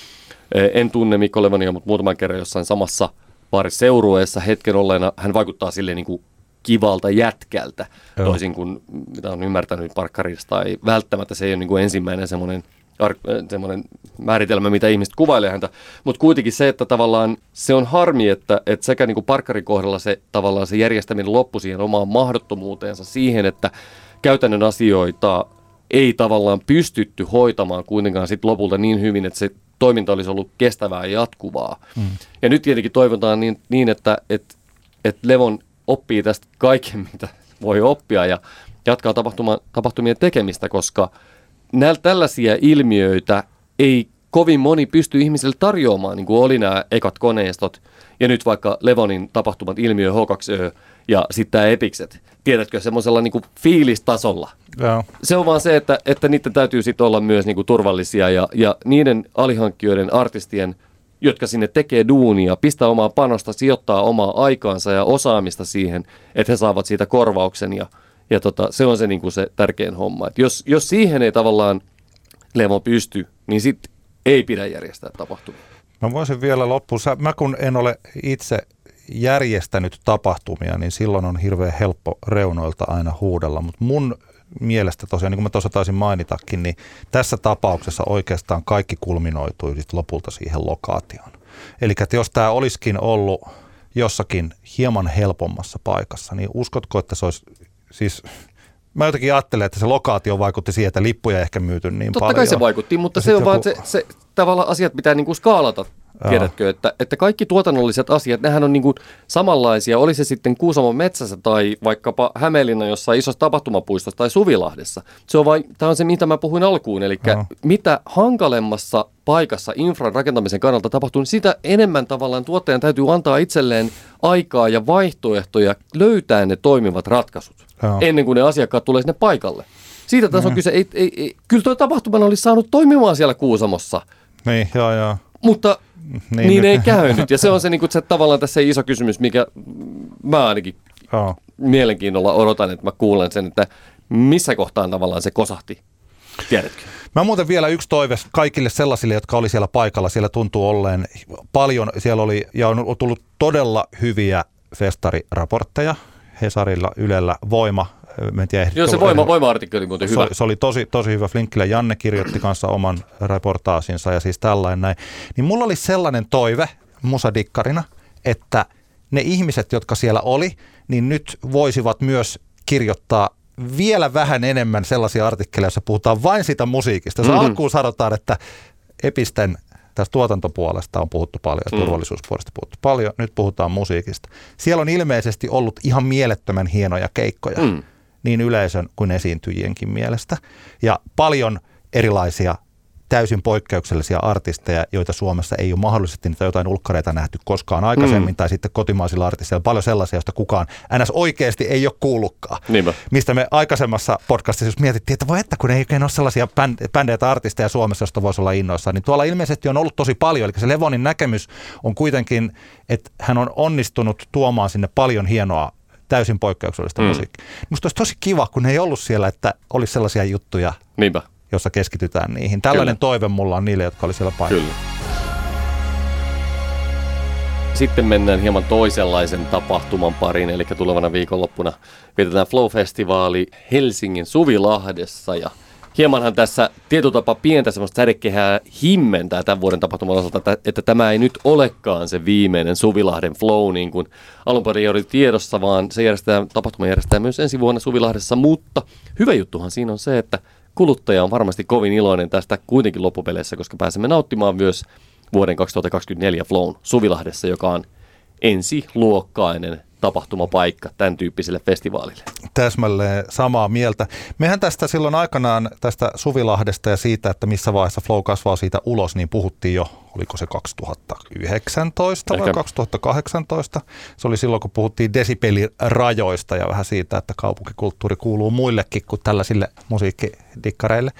Speaker 3: en tunne Mikko Levonia, mutta muutaman kerran jossain samassa baariseurueessa hetken olleena hän vaikuttaa silleen niin kuin kivalta jätkältä, Joo. toisin kuin mitä on ymmärtänyt Parkkarista. Ei, välttämättä se ei ole niin kuin ensimmäinen semmoinen, semmoinen määritelmä, mitä ihmiset kuvailee häntä, mutta kuitenkin se, että tavallaan se on harmi, että, että sekä niin kuin Parkkarin kohdalla se, tavallaan se järjestäminen loppui siihen omaan mahdottomuuteensa siihen, että käytännön asioita ei tavallaan pystytty hoitamaan kuitenkaan sit lopulta niin hyvin, että se toiminta olisi ollut kestävää ja jatkuvaa. Mm. Ja nyt tietenkin toivotaan niin, niin että, että, että Levon oppii tästä kaiken, mitä voi oppia ja jatkaa tapahtumien tekemistä, koska näillä tällaisia ilmiöitä ei kovin moni pysty ihmisille tarjoamaan, niin kuin oli nämä ekat koneistot ja nyt vaikka Levonin tapahtumat ilmiö H kaksi Ö ja sitten tämä Epikset. Tiedätkö, semmoisella niin kuin fiilistasolla. Joo. Se on vaan se, että, että niiden täytyy sitten olla myös niin kuin turvallisia ja, ja niiden alihankkijoiden, artistien, jotka sinne tekee duunia, pistää omaa panosta, sijoittaa omaa aikaansa ja osaamista siihen, että he saavat siitä korvauksen ja, ja tota, se on se, niin kuin se tärkein homma. Et jos, jos siihen ei tavallaan Levo pysty, niin sitten ei pidä järjestää tapahtumia.
Speaker 2: Mä voisin vielä loppuun, mä kun en ole itse järjestänyt tapahtumia, niin silloin on hirveän helppo reunoilta aina huudella, mutta mun mielestä tosiaan, niin kuin mä tuossa taisin mainitakin, niin tässä tapauksessa oikeastaan kaikki kulminoitui sit lopulta siihen lokaatioon. Eli että jos tämä olisikin ollut jossakin hieman helpommassa paikassa, niin uskotko, että se olisi siis... Mä jotenkin ajattelen, että se lokaatio vaikutti siihen, että lippuja ehkä myyty niin
Speaker 3: Totta
Speaker 2: paljon.
Speaker 3: Totta kai se vaikutti, mutta se on joku... vaan se, se tavallaan asiat pitää niinku skaalata, tiedätkö, että, että kaikki tuotannolliset asiat, nehän on niinku samanlaisia, oli se sitten Kuusamon metsässä tai vaikkapa Hämeenlinnan jossain isossa tapahtumapuistossa tai Suvilahdessa. Se on vain, tämä on se, mitä mä puhuin alkuun, eli no. mitä hankalemmassa paikassa infran rakentamisen kannalta tapahtuu, niin sitä enemmän tavallaan tuottajan täytyy antaa itselleen aikaa ja vaihtoehtoja löytää ne toimivat ratkaisut. Joo. Ennen kuin ne asiakkaat tulee sinne paikalle. Siitä taas on kyse. Ei, ei, ei. Kyllä tuo tapahtuman olisi saanut toimimaan siellä Kuusamossa.
Speaker 2: Niin, joo, joo.
Speaker 3: Mutta niin, niin ei käynyt. Ja se on se, niin kuin, se tavallaan tässä iso kysymys, mikä mä ainakin joo. mielenkiinnolla odotan, että mä kuulen sen, että missä kohtaan tavallaan se kosahti. Tiedätkö?
Speaker 2: Mä muuten vielä yksi toive kaikille sellaisille, jotka oli siellä paikalla. Siellä tuntuu olleen paljon. Siellä oli ja on tullut todella hyviä festariraportteja. Hesarilla, Ylellä, Voima. Mä en tiedä,
Speaker 3: Joo, se voima, Voima-artikkeli muuten hyvä.
Speaker 2: Se, se oli tosi, tosi hyvä. Flinkkilä Janne kirjoitti kanssa oman reportaasinsa ja siis tällainen näin. Niin mulla oli sellainen toive musadikkarina, että ne ihmiset, jotka siellä oli, niin nyt voisivat myös kirjoittaa vielä vähän enemmän sellaisia artikkeleja, joissa puhutaan vain siitä musiikista. Se mm-hmm. alkuun sanotaan, että Episten tästä tuotantopuolesta on puhuttu paljon ja turvallisuuspuolesta puhuttu paljon. Nyt puhutaan musiikista. Siellä on ilmeisesti ollut ihan mielettömän hienoja keikkoja, mm. niin yleisön kuin esiintyjienkin mielestä. Ja paljon erilaisia täysin poikkeuksellisia artisteja, joita Suomessa ei ole mahdollisesti niitä jotain ulkkareita nähty koskaan aikaisemmin, mm. tai sitten kotimaisilla artisteilla paljon sellaisia, joista kukaan ns. Oikeasti ei ole kuullutkaan. Niinpä. Mistä me aikaisemmassa podcastissa just mietittiin, että voi että kun ei oikein ole sellaisia bändejä tai artisteja Suomessa, josta voisi olla innoissaan, niin tuolla ilmeisesti on ollut tosi paljon. Eli se Levonin näkemys on kuitenkin, että hän on onnistunut tuomaan sinne paljon hienoa, täysin poikkeuksellista mm. musiikkia. Musta olisi tosi kiva, kun ei ollut siellä, että olisi sellaisia juttuja, Niinpä. jossa keskitytään niihin. Tällainen Kyllä. toive mulla on niille, jotka oli siellä paikalla. Kyllä.
Speaker 3: Sitten mennään hieman toisenlaisen tapahtuman pariin, eli tulevana viikonloppuna vietetään Flow-festivaali Helsingin Suvilahdessa ja hiemanhan tässä tietyllä tapaa pientä semmoista sädekehää himmentää tämän vuoden tapahtuman osalta, että, että tämä ei nyt olekaan se viimeinen Suvilahden Flow, niin kuin alun perin oli tiedossa, vaan se järjestetään, tapahtuma järjestetään myös ensi vuonna Suvilahdessa, mutta hyvä juttuhan siinä on se, että kuluttaja on varmasti kovin iloinen tästä kuitenkin loppupeleissä, koska pääsemme nauttimaan myös vuoden kaksituhattakaksikymmentäneljä Flown Suvilahdessa, joka on ensiluokkainen tapahtumapaikka tämän tyyppiselle festivaalille.
Speaker 2: Täsmälleen samaa mieltä. Mehän tästä silloin aikanaan tästä Suvilahdesta ja siitä, että missä vaiheessa Flow kasvaa siitä ulos, niin puhuttiin jo, oliko se kaksituhattayhdeksäntoista vai Ehkä. kaksituhattakahdeksantoista. Se oli silloin, kun puhuttiin desibelirajoista ja vähän siitä, että kaupunkikulttuuri kuuluu muillekin kuin tällaisille musiikkidikkareille.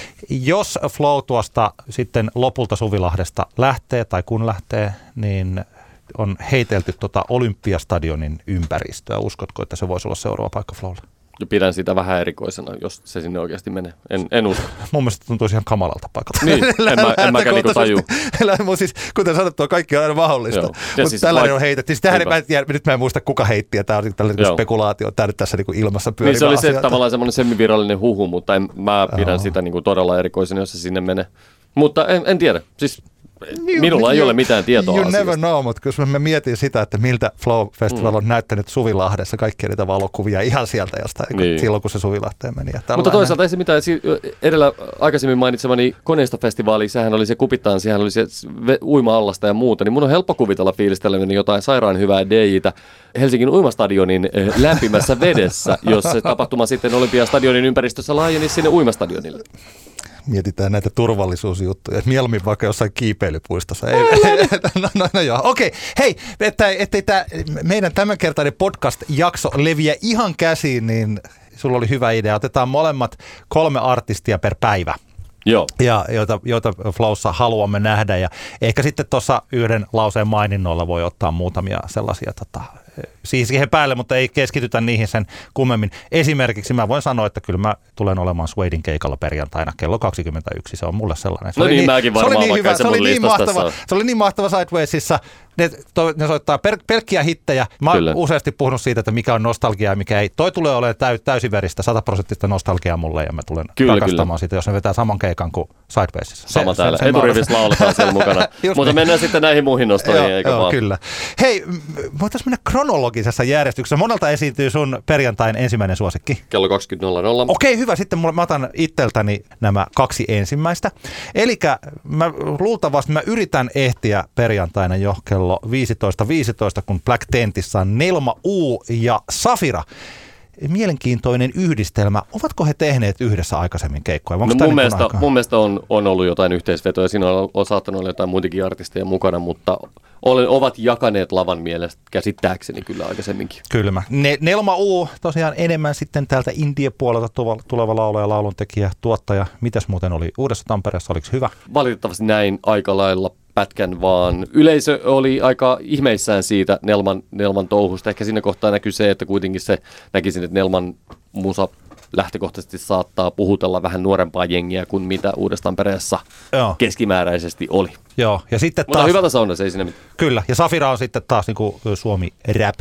Speaker 2: Jos Flow tuosta sitten lopulta Suvilahdesta lähtee tai kun lähtee, niin on heitelty tuota Olympiastadionin ympäristöä. Uskotko, että se voisi olla seuraava paikka Flowlle?
Speaker 3: Pidän sitä vähän erikoisena, jos se sinne oikeasti menee. En, en usko.
Speaker 2: Mun mielestä tuntuisi ihan kamalalta paikalta.
Speaker 3: Niin, en, mä, en mäkään niinku taju.
Speaker 2: Siis, kuten sanottua, kaikki on aina mahdollista. Mutta siis tällainen vaik- on heitetty. Siis tähän, mä en tiedä, nyt mä en muista kuka heitti, ja tämä on tällainen niin spekulaatio. Tämä nyt tässä niin ilmassa pyörivä
Speaker 3: niin se oli
Speaker 2: asia.
Speaker 3: se tavallaan semmoinen semivirallinen huhu, mutta en, mä pidän oh. sitä niin kuin todella erikoisena, jos se sinne menee. Mutta en, en tiedä. Siis minulla you, ei ole mitään tietoa
Speaker 2: You
Speaker 3: asiasta.
Speaker 2: never know, mutta kun mä mietin sitä, että miltä Flow Festival on mm. näyttänyt Suvilahdessa kaikkia niitä valokuvia ihan sieltä jostain, niin. silloin kun se Suvilahteen meni.
Speaker 3: Mutta toisaalta ei se mitään, edellä aikaisemmin mainitsemani koneistofestivaali, sehän oli se Kupitaan, sehän oli se uima-allasta ja muuta, niin mun on helppo kuvitella fiilistelemäni jotain sairaan hyvää D J:tä Helsingin uimastadionin lämpimässä vedessä, jos se tapahtuma sitten Olympiastadionin ympäristössä laajenisi sinne uimastadionille.
Speaker 2: Mietitään näitä turvallisuusjuttuja. Mieluummin vaikka jossain kiipeilypuistossa. Ei, no, no, no joo. Okei, hei, että, ettei tämä meidän tämänkertainen podcast-jakso leviä ihan käsiin, niin sulla oli hyvä idea. Otetaan molemmat kolme artistia per päivä.
Speaker 3: Joo.
Speaker 2: Ja joita, joita Flowssa haluamme nähdä. Ja ehkä sitten tuossa yhden lauseen maininnolla voi ottaa muutamia sellaisia tota, siis siihen päälle, mutta ei keskitytä niihin sen kummemmin. Esimerkiksi mä voin sanoa, että kyllä mä tulen olemaan Suedin keikalla perjantaina kello kaksikymmentäyksi. Se on mulle sellainen. Se
Speaker 3: no
Speaker 2: oli
Speaker 3: niin,
Speaker 2: niin,
Speaker 3: mäkin varmaan,
Speaker 2: se oli niin hyvä, se oli niin mahtava,
Speaker 3: on.
Speaker 2: se oli niin mahtava Sidewaysissa. Ne, to, ne soittaa per, pelkkiä hittejä. Mä oon kyllä. useasti puhunut siitä, että mikä on nostalgiaa ja mikä ei. Toi tulee olemaan täy, täysiveristä, sataprosenttista nostalgiaa mulle ja mä tulen kyllä, rakastamaan kyllä. sitä, jos ne vetää saman keikan kuin Sidewaysissa.
Speaker 3: Sama se, täällä. Eturivissä lauletaan siellä mukana. Mutta niin. Mennään sitten näihin muihin nostoihin,
Speaker 2: joo,
Speaker 3: eikä
Speaker 2: joo,
Speaker 3: vaan.
Speaker 2: Kyllä. Hei, voitaisiin mennä kronologisessa järjestyksessä. Monelta esiintyy sun perjantain ensimmäinen suosikki.
Speaker 3: Kello kaksikymmentä nolla nolla.
Speaker 2: Okei, hyvä. Sitten mulla, mä otan itseltäni nämä kaksi ensimmäistä. Elikkä mä luultavasti mä yritän ehtiä perjantaina jo kello viisitoista viisitoista, kun Black Tentissä on Nelma U ja Safira. Mielenkiintoinen yhdistelmä. Ovatko he tehneet yhdessä aikaisemmin keikkoja?
Speaker 3: No mun, mielestä, mun mielestä on, on ollut jotain yhteisvetoja. Siinä on, on saattanut olla jotain muitakin artisteja mukana, mutta olen, ovat jakaneet lavan mielestä käsittääkseni kyllä aikaisemminkin.
Speaker 2: Kyllä. Ne, Nelma U tosiaan enemmän sitten täältä Indie-puolelta tuleva laulaja, lauluntekijä, tuottaja. Mitäs muuten oli Uudessa Tampereessa? Oliko hyvä?
Speaker 3: Valitettavasti näin aika lailla pätkän vaan. Yleisö oli aika ihmeissään siitä Nelman, Nelman touhusta. Ehkä siinä kohtaa näkyy se, että kuitenkin se näkisin, että Nelman musa lähtökohtaisesti saattaa puhutella vähän nuorempaa jengiä kuin mitä Uudessa Tampereessa Joo. keskimääräisesti oli.
Speaker 2: Joo, ja sitten
Speaker 3: Mutta
Speaker 2: taas,
Speaker 3: hyvältä sauna, se ei siinä mitään.
Speaker 2: Kyllä, ja Safira on sitten taas niin kuin Suomi rap.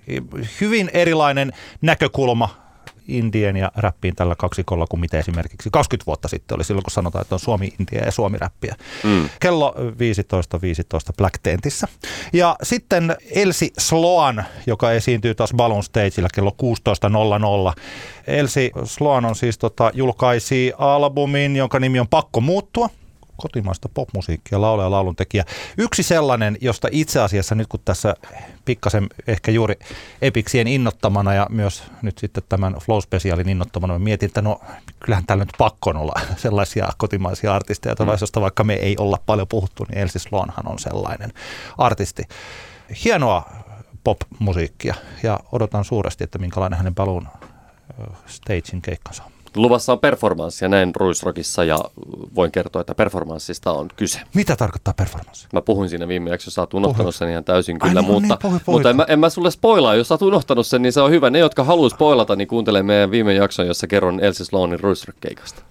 Speaker 2: Hyvin erilainen näkökulma indien ja räppiin tällä kaksikolla kuin mitä esimerkiksi kaksikymmentä vuotta sitten oli silloin, kun sanotaan, että on Suomi-India ja Suomi-räppiä. Mm. Kello viisitoista viisitoista Black Tentissä. Ja sitten Elsi Sloan, joka esiintyy taas Balloon Stagella kello kuusitoista nolla nolla. Elsi Sloan on siis tota, julkaisi albumin, jonka nimi on Pakko muuttua. kotimaista popmusiikkia, laulaja ja lauluntekijä. Yksi sellainen, josta itse asiassa nyt kun tässä pikkasen ehkä juuri Epiksien innottamana ja myös nyt sitten tämän Flow Specialin innottamana, mä mietin, että no kyllähän täällä nyt pakko olla sellaisia kotimaisia artisteja, mm. josta vaikka me ei olla paljon puhuttu, niin Elsie Sloanhan on sellainen artisti. Hienoa pop-musiikkia ja odotan suuresti, että minkälainen hänen Balloon Stagein keikkansa on.
Speaker 3: Luvassa on performanssia näin Ruisrockissa ja voin kertoa, että performanssista on kyse.
Speaker 2: Mitä tarkoittaa performanssi?
Speaker 3: Mä puhuin siinä viime jaksossa, sä oot unohtanut sen ihan täysin kyllä,
Speaker 2: Ai, niin,
Speaker 3: mutta,
Speaker 2: niin, puhui, puhui.
Speaker 3: mutta en, mä, en mä sulle spoilaa, jos sä oot unohtanut sen, niin se on hyvä. Ne, jotka haluaa spoilata, niin kuuntele meidän viime jakson, jossa kerron Elsie Sloanin Ruisrock-keikasta.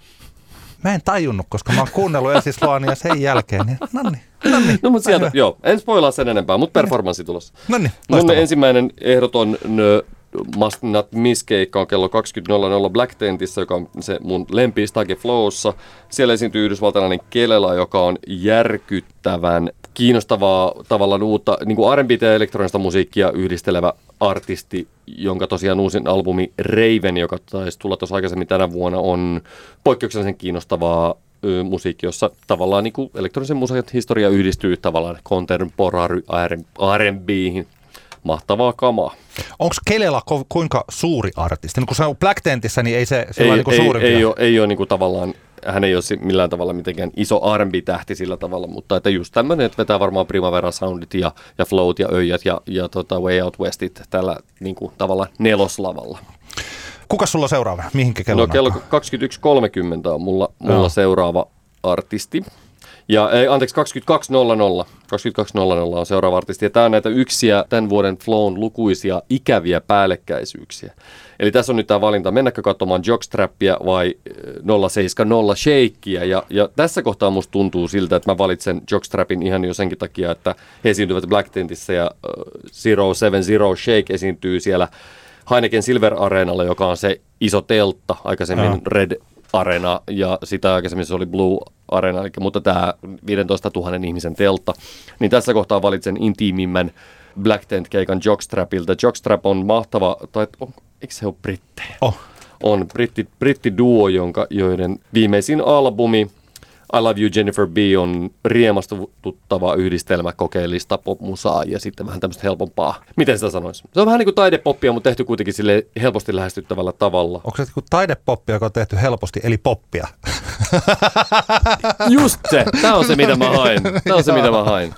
Speaker 2: Mä en tajunnut, koska mä oon kuunnellut Elsie Sloania sen jälkeen. Niin, nonni, nonni.
Speaker 3: No mutta sieltä, joo, en spoilaa sen enempää, mutta performanssi tulossa.
Speaker 2: Nonni,
Speaker 3: Mun ensimmäinen ehdoton nö, Must Not Miss-keikka on kello kaksikymmentä nolla nolla Black Tentissä, joka on se mun lempi Stage Flowssa. Siellä esiintyy yhdysvaltalainen Kelela, joka on järkyttävän kiinnostavaa tavallaan uutta niin kuin R and B:tä ja elektronista musiikkia yhdistelevä artisti, jonka tosiaan uusin albumi Raven, joka taisi tulla tuossa aikaisemmin tänä vuonna, on poikkeuksellisen kiinnostavaa ö, musiikki, jossa tavallaan niin kuin elektronisen musiikin historia yhdistyy tavallaan contemporary R and B:hin. Mahtavaa kamaa.
Speaker 2: Onko Kelela ko- kuinka suuri artisti? No, kun se on Black Tentissä, niin ei se
Speaker 3: ei,
Speaker 2: niin kuin
Speaker 3: ei,
Speaker 2: suurimpia.
Speaker 3: Ei ole, ei ole niin kuin tavallaan, hän ei ole millään tavalla mitenkään iso R and B-tähti sillä tavalla, mutta että just tämmöinen, että vetää varmaan Primavera Soundit ja, ja Flowt ja Öijät ja, ja tota Way Out Westit tällä niin kuin tavallaan neloslavalla.
Speaker 2: Kuka sulla on seuraava? Mihinkä kello?
Speaker 3: No kello kaksikymmentäyksi kolmekymmentä on mulla, mulla no. seuraava artisti. Ja ei, anteeksi, kaksikymmentäkaksi nolla nolla. kaksikymmentäkaksi nolla nolla on seuraava artisti. Ja tämä on näitä yksiä tämän vuoden Flown lukuisia ikäviä päällekkäisyyksiä. Eli tässä on nyt tämä valinta, mennäkö katsomaan Jockstrappia vai nolla seitsemän nolla Shakea. Ja, ja tässä kohtaa musta tuntuu siltä, että mä valitsen Jockstrapin ihan jo senkin takia, että he esiintyvät Black Tentissä ja uh, zero seven zero Shake esiintyy siellä Heineken Silver Areenalla, joka on se iso teltta, aikaisemmin no. Red Arena ja sitä aikaisemmin se oli Blue Arena, eli, mutta tämä viisitoista tuhatta ihmisen teltta. Niin tässä kohtaa valitsen intiimimmän Black Tent-keikan Jockstrapilta. Jockstrap on mahtava, tai on, eikö se ole brittejä?
Speaker 2: Oh.
Speaker 3: On britti, brittiduo, jonka, joiden viimeisin albumi I Love You Jennifer B on riemastuttava yhdistelmä kokeellista popmusaa ja sitten vähän tämmöistä helpompaa. Miten sitä sanoisi? Se on vähän niin kuin taidepoppia, mutta tehty kuitenkin sille helposti lähestyttävällä tavalla.
Speaker 2: Onko se kuin taidepoppia, joka on tehty helposti, eli poppia?
Speaker 3: Just se. Tämä on se, mitä mä hain. Tämä on se, mitä mä hain.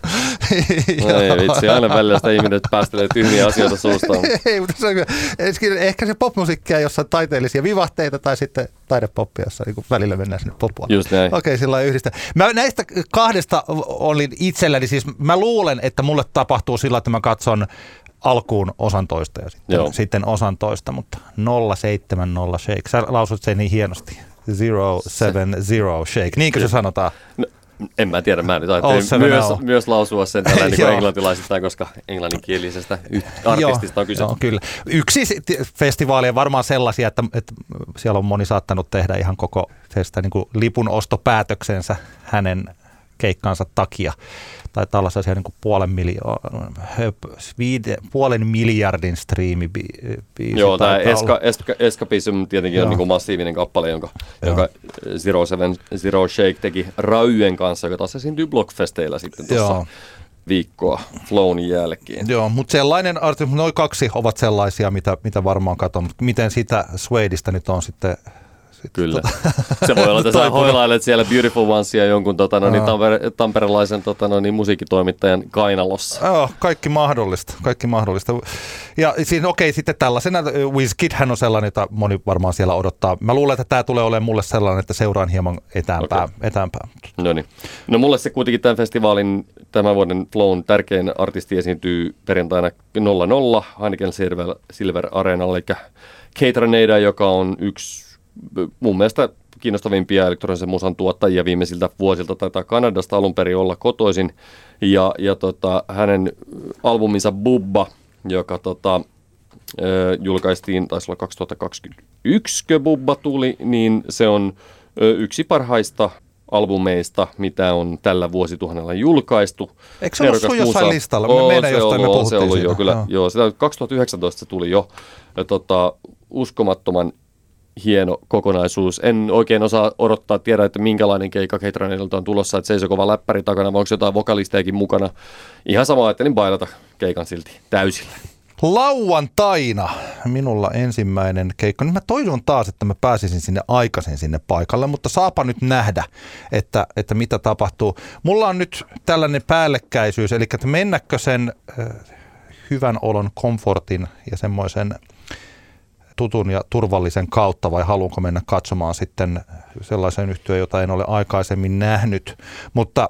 Speaker 3: Ei vitsi, aina välillä sitä ihminen päästelee tyhmiä asioita suustaan.
Speaker 2: Ei, mutta se on, ehkä se popmusiikkia, jossa on taiteellisia vivahteita tai sitten taidepoppia, jossa niin välillä mennään sinne poppuun.
Speaker 3: Just näin.
Speaker 2: Okei, sillä on yhdistä. Mä näistä kahdesta olin itselläni, siis mä luulen, että mulle tapahtuu sillä, että mä katson alkuun osan toista ja sitten, sitten osan toista, mutta nolla seitsemän nolla Shake. Sä lausut sen niin hienosti. zero seven zero Shake. Niinkö se sanotaan? No.
Speaker 3: En mä tiedä, mä nyt ajattelin oh, myös, myös lausua sen tällä niin englantilaisittain, koska englanninkielisestä artistista on kyse.
Speaker 2: Joo, kyllä. Yksi festivaali on varmaan sellaisia, että, että siellä on moni saattanut tehdä ihan koko festa, niin kuin lipun ostopäätöksensä hänen keikkaansa takia. Taitaa olla sellaisia niin kuin puolen, miljo- viide, puolen miljardin striimi.
Speaker 3: Joo, tämä Eska, Eska, Escapism tietenkin Joo. on niin kuin massiivinen kappale, jonka, jonka zero seven zero Shake teki Raujen kanssa, joka taas esiintyy Blockfesteillä sitten tuossa viikkoa Flown jälkeen.
Speaker 2: Joo, mutta sellainen artisti, noin kaksi ovat sellaisia, mitä, mitä varmaan katson. Miten sitä Suedeista nyt on sitten...
Speaker 3: Kyllä. Se voi olla, että sä hoilailet siellä Beautiful Onesia jonkun tota, no, niin tampere, tamperelaisen tota, no, niin musiikkitoimittajan kainalossa.
Speaker 2: Joo, kaikki mahdollista. Kaikki mahdollista. Ja siis, okei, sitten tällaisena WizKidhän on sellainen, jota moni varmaan siellä odottaa. Mä luulen, että tämä tulee olemaan mulle sellainen, että seuraan hieman etäämpää. Okay. etäämpää.
Speaker 3: No niin. No mulle se kuitenkin tämän festivaalin, tämän vuoden Flown tärkein artisti esiintyy perjantaina nolla nolla Heineken Silver, Silver Areenalla, eli Kate Ranada, joka on yksi mun mielestä kiinnostavimpia elektronisen musan tuottajia viimeisiltä vuosilta, taitaa Kanadasta alun perin olla kotoisin, ja, ja tota, hänen albuminsa Bubba, joka tota, ö, julkaistiin, taisi olla kaksituhattakaksikymmentäyksi, kun Bubba tuli, niin se on ö, yksi parhaista albumeista, mitä on tällä vuosituhannella julkaistu.
Speaker 2: Eikö se ollut sun jossain listalla? Me
Speaker 3: Oo,
Speaker 2: meidän jostain
Speaker 3: ollut,
Speaker 2: me puhuttiin
Speaker 3: se ollut
Speaker 2: siitä.
Speaker 3: Jo, kyllä,
Speaker 2: joo.
Speaker 3: joo, sitä kaksituhattayhdeksäntoista se tuli jo ja, tota, uskomattoman hieno kokonaisuus. En oikein osaa odottaa, tiedä, että minkälainen keikka Keitranilta on tulossa, että seisoo kova läppäri takana, vai onko jotain vokalistejakin mukana. Ihan sama ajattelin bailata keikan silti täysillä.
Speaker 2: Lauantaina minulla ensimmäinen keikka. Nyt mä toivon taas, että mä pääsisin sinne aikaisin sinne paikalle, mutta saapa nyt nähdä, että, että mitä tapahtuu. Mulla on nyt tällainen päällekkäisyys, eli että mennäkö sen äh, hyvän olon, komfortin ja semmoisen tutun ja turvallisen kautta vai haluanko mennä katsomaan sitten sellaisen yhtyön, jota en ole aikaisemmin nähnyt. Mutta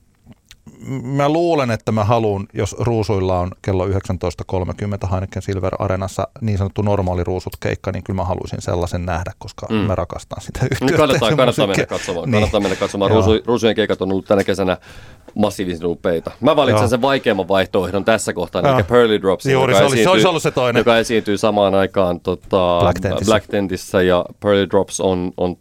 Speaker 2: mä luulen, että mä haluan, jos ruusuilla on kello yhdeksäntoista kolmekymmentä Heineken Silver Arenassa niin sanottu normaali ruusut keikka, niin kyllä mä haluaisin sellaisen nähdä, koska mm. mä rakastan sitä yhtyötä.
Speaker 3: No kannattaa, kannattaa mennä katsomaan. Niin. Kannattaa mennä katsomaan. Ruusu, ruusujen keikat on ollut tänä kesänä massiivisen upeita. Mä valitsen Joo. sen vaikeamman vaihtoehdon tässä kohtaa, Joo. eli Pearly Drops,
Speaker 2: Juuri,
Speaker 3: joka,
Speaker 2: se olisi,
Speaker 3: esiintyy,
Speaker 2: se olisi se toinen.
Speaker 3: joka esiintyy samaan aikaan tota,
Speaker 2: Black Tentissä.
Speaker 3: Black Tentissä, ja Pearly Drops on, on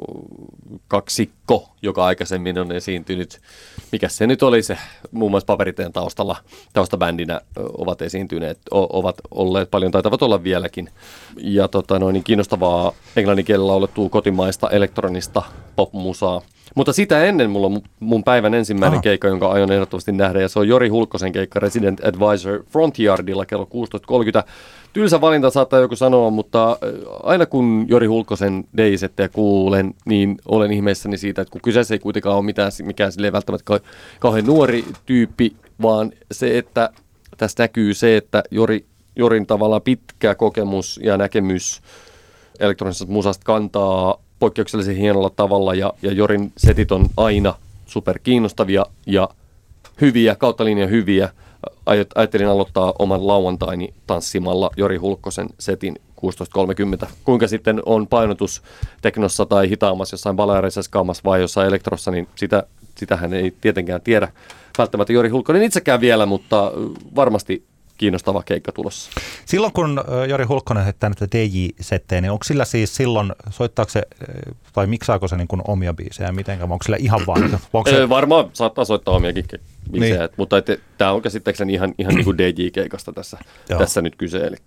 Speaker 3: kaksikko, joka aikaisemmin on esiintynyt. Mikä se nyt oli se, muun muassa Paperiteen taustalla, taustabändinä ovat esiintyneet, o, ovat olleet paljon, taitavat olla vieläkin. Ja tota, noin, niin kiinnostavaa englannin kielellä laulettua kotimaista elektronista popmusaa. Mutta sitä ennen mulla on mun päivän ensimmäinen Aha. keikka, jonka aion ehdottomasti nähdä, ja se on Jori Hulkkosen keikka Resident Advisor Frontyardilla kello kuusitoista kolmekymmentä. Tylsä valinta saattaa joku sanoa, mutta aina kun Jori Hulkkosen deisettejä kuulen, niin olen ihmeessäni siitä, että kun kyseessä ei kuitenkaan ole mitään, mikään silleen välttämättä kauhean nuori tyyppi, vaan se, että tässä näkyy se, että Jori, Jorin tavallaan pitkä kokemus ja näkemys elektronisesta musasta kantaa poikkeuksellisen hienolla tavalla, ja, ja Jorin setit on aina super kiinnostavia ja hyviä, kautta linjan hyviä. Ajattelin aloittaa oman lauantaini tanssimalla Jori Hulkkosen setin kuusitoista kolmekymmentä. Kuinka sitten on painotus teknossa tai hitaammassa jossain balearisessa kaamassa vai jossain elektrossa, niin sitä, sitähän ei tietenkään tiedä välttämättä Jori Hulkkonen itsekään vielä, mutta varmasti kiinnostava keikka tulossa. Silloin
Speaker 2: kun Jori Hulkkonen heittää näitä D J-settejä, niin onko sillä siis silloin, soittaako se, tai miksaako se niin kuin omia biisejä mitenkään, onko sillä ihan vaan? Se...
Speaker 3: Varmaan saattaa soittaa omiakin biisejä, niin. Mutta tämä on käsittääkseni ihan, ihan niin kuin D J-keikasta tässä, tässä nyt kyse. Eli.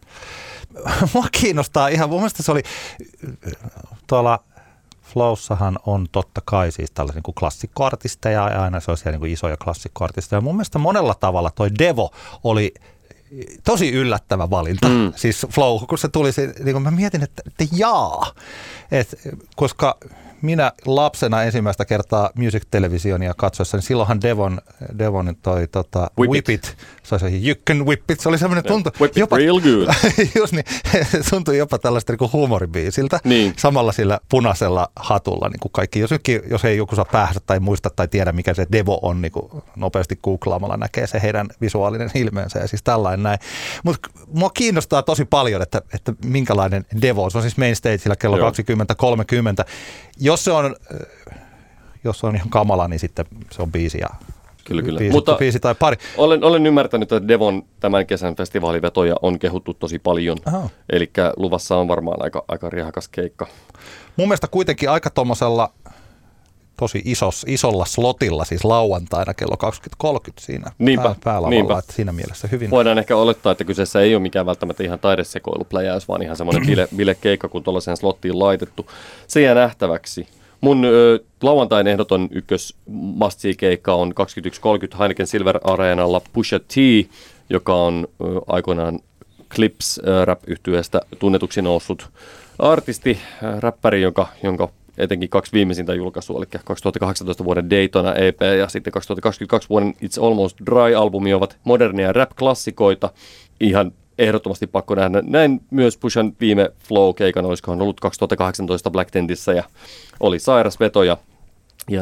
Speaker 2: Mua kiinnostaa ihan, mun mielestä se oli tuolla Flowssahan on totta kai siis tällaisia niin kuin klassikkoartisteja ja aina se on siellä niin kuin isoja klassikkoartisteja. Ja mun mielestä monella tavalla toi Devo oli tosi yllättävä valinta. Mm. Siis Flow, kun se tuli, se, niin kuin mä mietin, että, että jaa. Et, koska minä lapsena ensimmäistä kertaa Music-televisionia katsoessa, niin silloinhan Devon, Devonin toi tota, Whip, whip It, se oli se You Can Whip It, se oli semmoinen tuntu.
Speaker 3: Whip jopa, it real good.
Speaker 2: Just niin, se tuntui jopa tällaista niin huumoribiisiltä, niin. Samalla sillä punaisella hatulla, niin kuin kaikki. Jos, jos ei joku saa päästä tai muista tai tiedä, mikä se Devo on, niin kuin nopeasti googlaamalla näkee se heidän visuaalinen ilmeensä ja siis tällainen näin. Mutta mua kiinnostaa tosi paljon, että, että minkälainen Devo, se on siis mainstagella kello Joo. kaksikymmentä kolmekymmentä. Jos se on, jos se on ihan kamala, niin sitten se on biisi, ja,
Speaker 3: kyllä, kyllä.
Speaker 2: biisi,
Speaker 3: Mutta
Speaker 2: biisi tai pari.
Speaker 3: Olen, olen ymmärtänyt, että Devon tämän kesän festivaalivetoja on kehuttu tosi paljon. Eli luvassa on varmaan aika, aika riehakas keikka.
Speaker 2: Mun mielestä kuitenkin aika tuommoisella tosi isos, isolla slotilla, siis lauantaina kello kaksikymmentä kolmekymmentä siinä
Speaker 3: niinpä,
Speaker 2: pää, päälavalla.
Speaker 3: Niinpä.
Speaker 2: Että siinä mielessä hyvin.
Speaker 3: Voidaan ehkä olettaa, että kyseessä ei ole mikään välttämättä ihan taidesekoilupläjäys, vaan ihan semmoinen bile, bilekeikka, kun tuollaiseen slottiin laitettu. Se jää nähtäväksi. Mun ö, lauantain ehdoton ykkös must keikka on kaksikymmentäyksi kolmekymmentä Heineken Silver Areenalla Pusha T, joka on ö, aikoinaan Clips ö, rap-yhtyeestä tunnetuksi noussut artisti, ö, räppäri, jonka, jonka etenkin kaksi viimeisintä julkaisua, eli kaksituhattakahdeksantoista vuoden Daytona E P ja sitten kaksituhattakaksikymmentäkaksi vuoden It's Almost Dry-albumi ovat modernia rap-klassikoita. Ihan ehdottomasti pakko nähdä. Näin myös Pushan viime Flow-keikan, olisikohan ollut kaksituhattakahdeksantoista Black Tentissä, ja oli sairas veto, ja, ja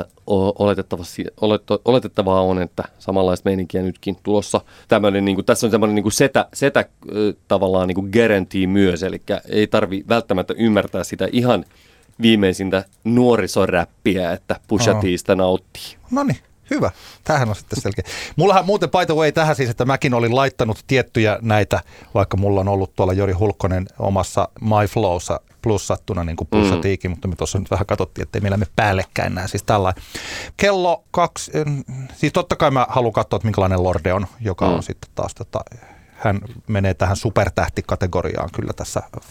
Speaker 3: oletettavaa on, että samanlaista meininkiä nytkin tulossa. Tämmöinen, niin kuin, tässä on semmoinen niin kuin setä, setä tavallaan niin kuin guarantee myös, eli ei tarvi välttämättä ymmärtää sitä ihan viimeisintä nuorisoräppiä, että Pusha T:stä nauttii.
Speaker 2: No niin, hyvä. Tämähän on sitten selkeä. Mullahan muuten by the way tähän siis, että mäkin olin laittanut tiettyjä näitä, vaikka mulla on ollut tuolla Jori Hulkkonen omassa MyFlowssa plussattuna niin kuin Pusha T:kin, mm. mutta me tuossa nyt vähän katsottiin, ettei meillä me päällekkäin nää. Siis tällainen. Kello kaksi, siis totta kai mä haluan katsoa, että minkälainen Lorde on, joka mm. on sitten taas tota, hän menee tähän supertähtikategoriaan kyllä tässä Flow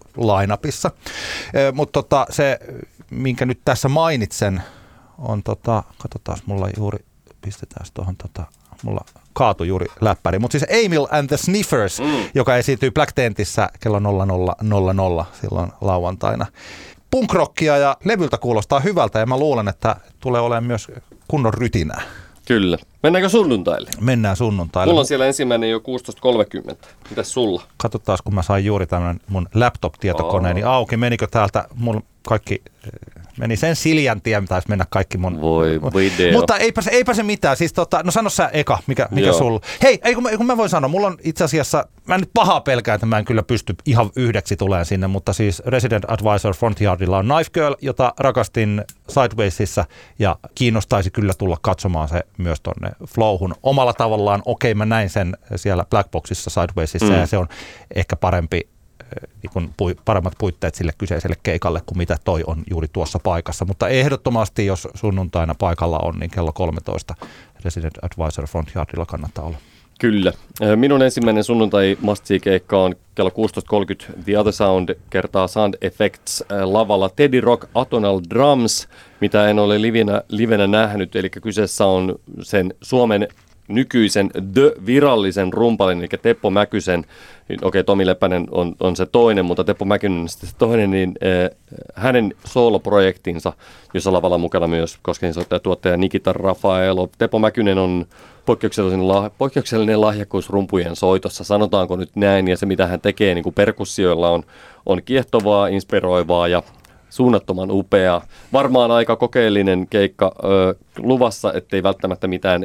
Speaker 2: line-upissa. E, mutta tota, se, minkä nyt tässä mainitsen, on tota, katsotaan, mulla juuri, pistetään tuohon tota, mulla kaatui juuri läppäri. Mutta siis Emil and the Sniffers, mm. joka esiintyy Black Tentissä kello nolla nolla nolla nolla silloin lauantaina. Punkrockia ja levyltä kuulostaa hyvältä ja mä luulen, että tulee olemaan myös kunnon rytinää.
Speaker 3: Kyllä. Mennäänkö sunnuntaille?
Speaker 2: Mennään sunnuntaille.
Speaker 3: Mulla on siellä ensimmäinen jo kuusitoista kolmekymmentä. Mitäs sulla?
Speaker 2: Katsotaan, kun mä sain juuri tämän mun laptop-tietokoneeni oh. auki. Menikö täältä mun kaikki... Meni sen Siljan tien, taisi mennä kaikki mun...
Speaker 3: Voi video.
Speaker 2: Mutta eipä se, eipä se mitään. Siis tota, no sano sä eka, mikä, mikä sulla... Hei, ei kun, mä, kun mä voin sanoa, mulla on itse asiassa... Mä en nyt pahaa pelkää, että mä en kyllä pysty ihan yhdeksi tuleen sinne, mutta siis Resident Advisor Frontyardilla on Knife Girl, jota rakastin Sidewaysissa ja kiinnostaisi kyllä tulla katsomaan se myös tonne Flowhun omalla tavallaan. Okei, mä näin sen siellä Blackboxissa Sidewaysissa mm. ja se on ehkä parempi niin kuin paremmat puitteet sille kyseiselle keikalle kuin mitä toi on juuri tuossa paikassa. Mutta ehdottomasti, jos sunnuntaina paikalla on, niin kello kolmetoista Resident Advisor Frontyardilla kannattaa olla.
Speaker 3: Kyllä. Minun ensimmäinen sunnuntai must-see-keikka on kello kuusitoista kolmekymmentä The Other Sound kertaa Sound Effects lavalla Teddy Rock Atonal Drums, mitä en ole livenä, livenä nähnyt. Eli kyseessä on sen Suomen nykyisen The-virallisen rumpalin, eli Teppo Mäkysen, okei okay, Tomi Lepänen on, on se toinen, mutta Teppo Mäkynen on se toinen, niin äh, hänen sooloprojektinsa, jossa lavalla mukana myös kosketinsoittaja tuottaja Nikita Rafaelo. Teppo Mäkynen on poikkeuksellinen, lah, poikkeuksellinen lahjakkuus rumpujen soitossa, sanotaanko nyt näin, ja se mitä hän tekee niin kuin perkussioilla on, on kiehtovaa, inspiroivaa ja suunnattoman upea. Varmaan aika kokeellinen keikka ö, luvassa, ettei välttämättä mitään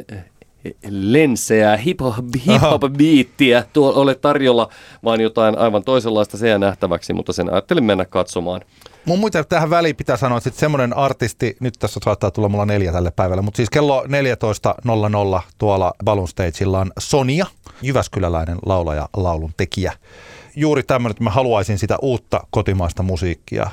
Speaker 3: lenseää hip-hop-biittiä tuo ole tarjolla, vaan jotain aivan toisenlaista se nähtäväksi, mutta sen ajattelin mennä katsomaan.
Speaker 2: Mun muuten tähän väliin pitää sanoa, että semmoinen artisti, nyt tässä saattaa tulla mulla neljä tälle päivälle, mutta siis kello neljätoista nolla nolla tuolla Balloon Stagella on Sonia, jyväskyläläinen laulaja, laulun tekijä. Juuri tämmöinen, että mä haluaisin sitä uutta kotimaista musiikkia.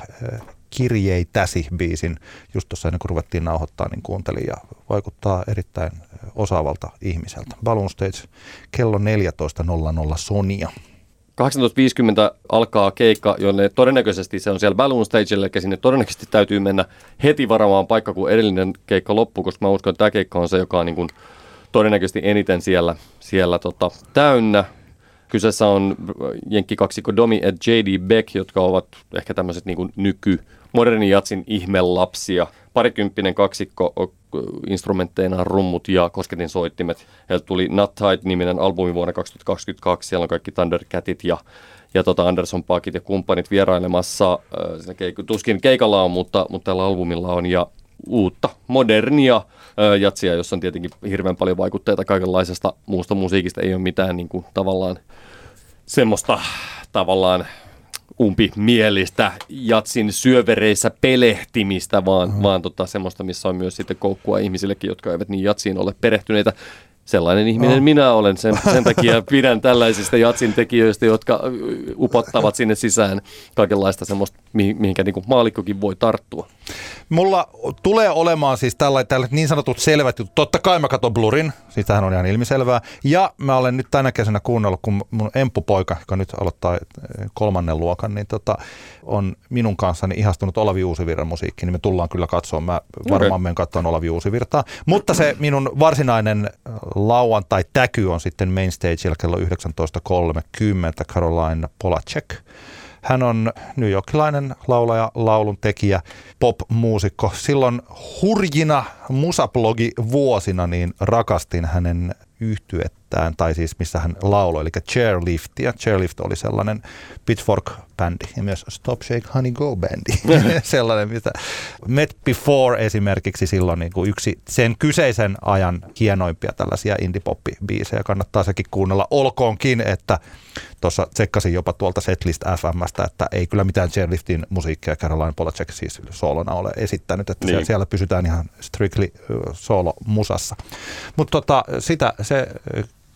Speaker 2: Kirjeitäsi biisin just tuossa ennen kuin ruvettiin nauhoittaa, niin kuuntelin ja vaikuttaa erittäin osaavalta ihmiseltä. Balloon Stage kello neljätoista nolla nolla Sonia.
Speaker 3: kahdeksantoista viisikymmentä alkaa keikka, jonne todennäköisesti se on siellä Balloon Stagella, eli sinne todennäköisesti täytyy mennä heti varamaan paikka, kun edellinen keikka loppuu, koska mä uskon, että tämä keikka on se, joka on niin kuin todennäköisesti eniten siellä, siellä tota, täynnä. Kyseessä on jenkkikaksikko Domi ja J D Beck, jotka ovat ehkä tämmöiset niin kuin nyky, modernin jatsin ihmelapsia. Parikymppinen kaksikko, instrumentteina rummut ja kosketin soittimet. Heiltä tuli Not Tight-niminen albumi vuonna kaksituhattakaksikymmentäkaksi. Siellä on kaikki Thundercatit ja, ja tota Anderson Paakit ja kumppanit vierailemassa. Siinä keik- tuskin keikalla on, mutta, mutta tällä albumilla on. Ja uutta, modernia ää, jatsia, jossa on tietenkin hirveän paljon vaikutteita kaikenlaisesta muusta musiikista. Ei ole mitään niin kuin, tavallaan semmoista tavallaan umpimielistä jatsin syövereissä pelehtimistä, vaan, mm. vaan tota, semmoista, missä on myös sitten koukkua ihmisillekin, jotka eivät niin jatsiin ole perehtyneitä. Sellainen ihminen oh. minä olen, sen, sen takia pidän tällaisista jatsin tekijöistä, jotka upottavat sinne sisään kaikenlaista semmoista, mihinkä niin kuin maallikkokin voi tarttua.
Speaker 2: Mulla tulee olemaan siis tällaiset tällä niin sanotut selvät jutut. Totta kai mä katson Blurin, siis tämähän on ihan ilmiselvää. Ja mä olen nyt tänä kesänä kuunnellut, kun mun emppupoika, joka nyt aloittaa kolmannen luokan, niin tota, on minun kanssani ihastunut Olavi Uusivirran musiikkiin, niin me tullaan kyllä katsomaan. Mä varmaan okay. menen katsomaan Olavi Uusivirtaa. Mutta se minun varsinainen lauantai-täky on sitten Main Stagella kello yhdeksäntoista kolmekymmentä Caroline Polacek. Hän on New Yorkilainen laulaja, laulun tekijä, pop-muusikko. Silloin hurjina musablogi-vuosina niin rakastin hänen yhtyettään, tai siis missä hän lauloi, eli Chairliftia. Chairlift oli sellainen Pitchfork-bändi ja myös Stop Shake Honey Go-bändi. Sellainen, mitä Met Before esimerkiksi silloin niin kuin yksi sen kyseisen ajan hienoimpia tällaisia indie-pop-biisejä. Kannattaa sekin kuunnella. Olkoonkin, että tuossa tsekkasin jopa tuolta Setlist F M:stä, että ei kyllä mitään Chairliftin musiikkia Caroline Polacek siis soolona ole esittänyt, että niin. siellä pysytään ihan strictly soolo-musassa. Mutta tota, sitä se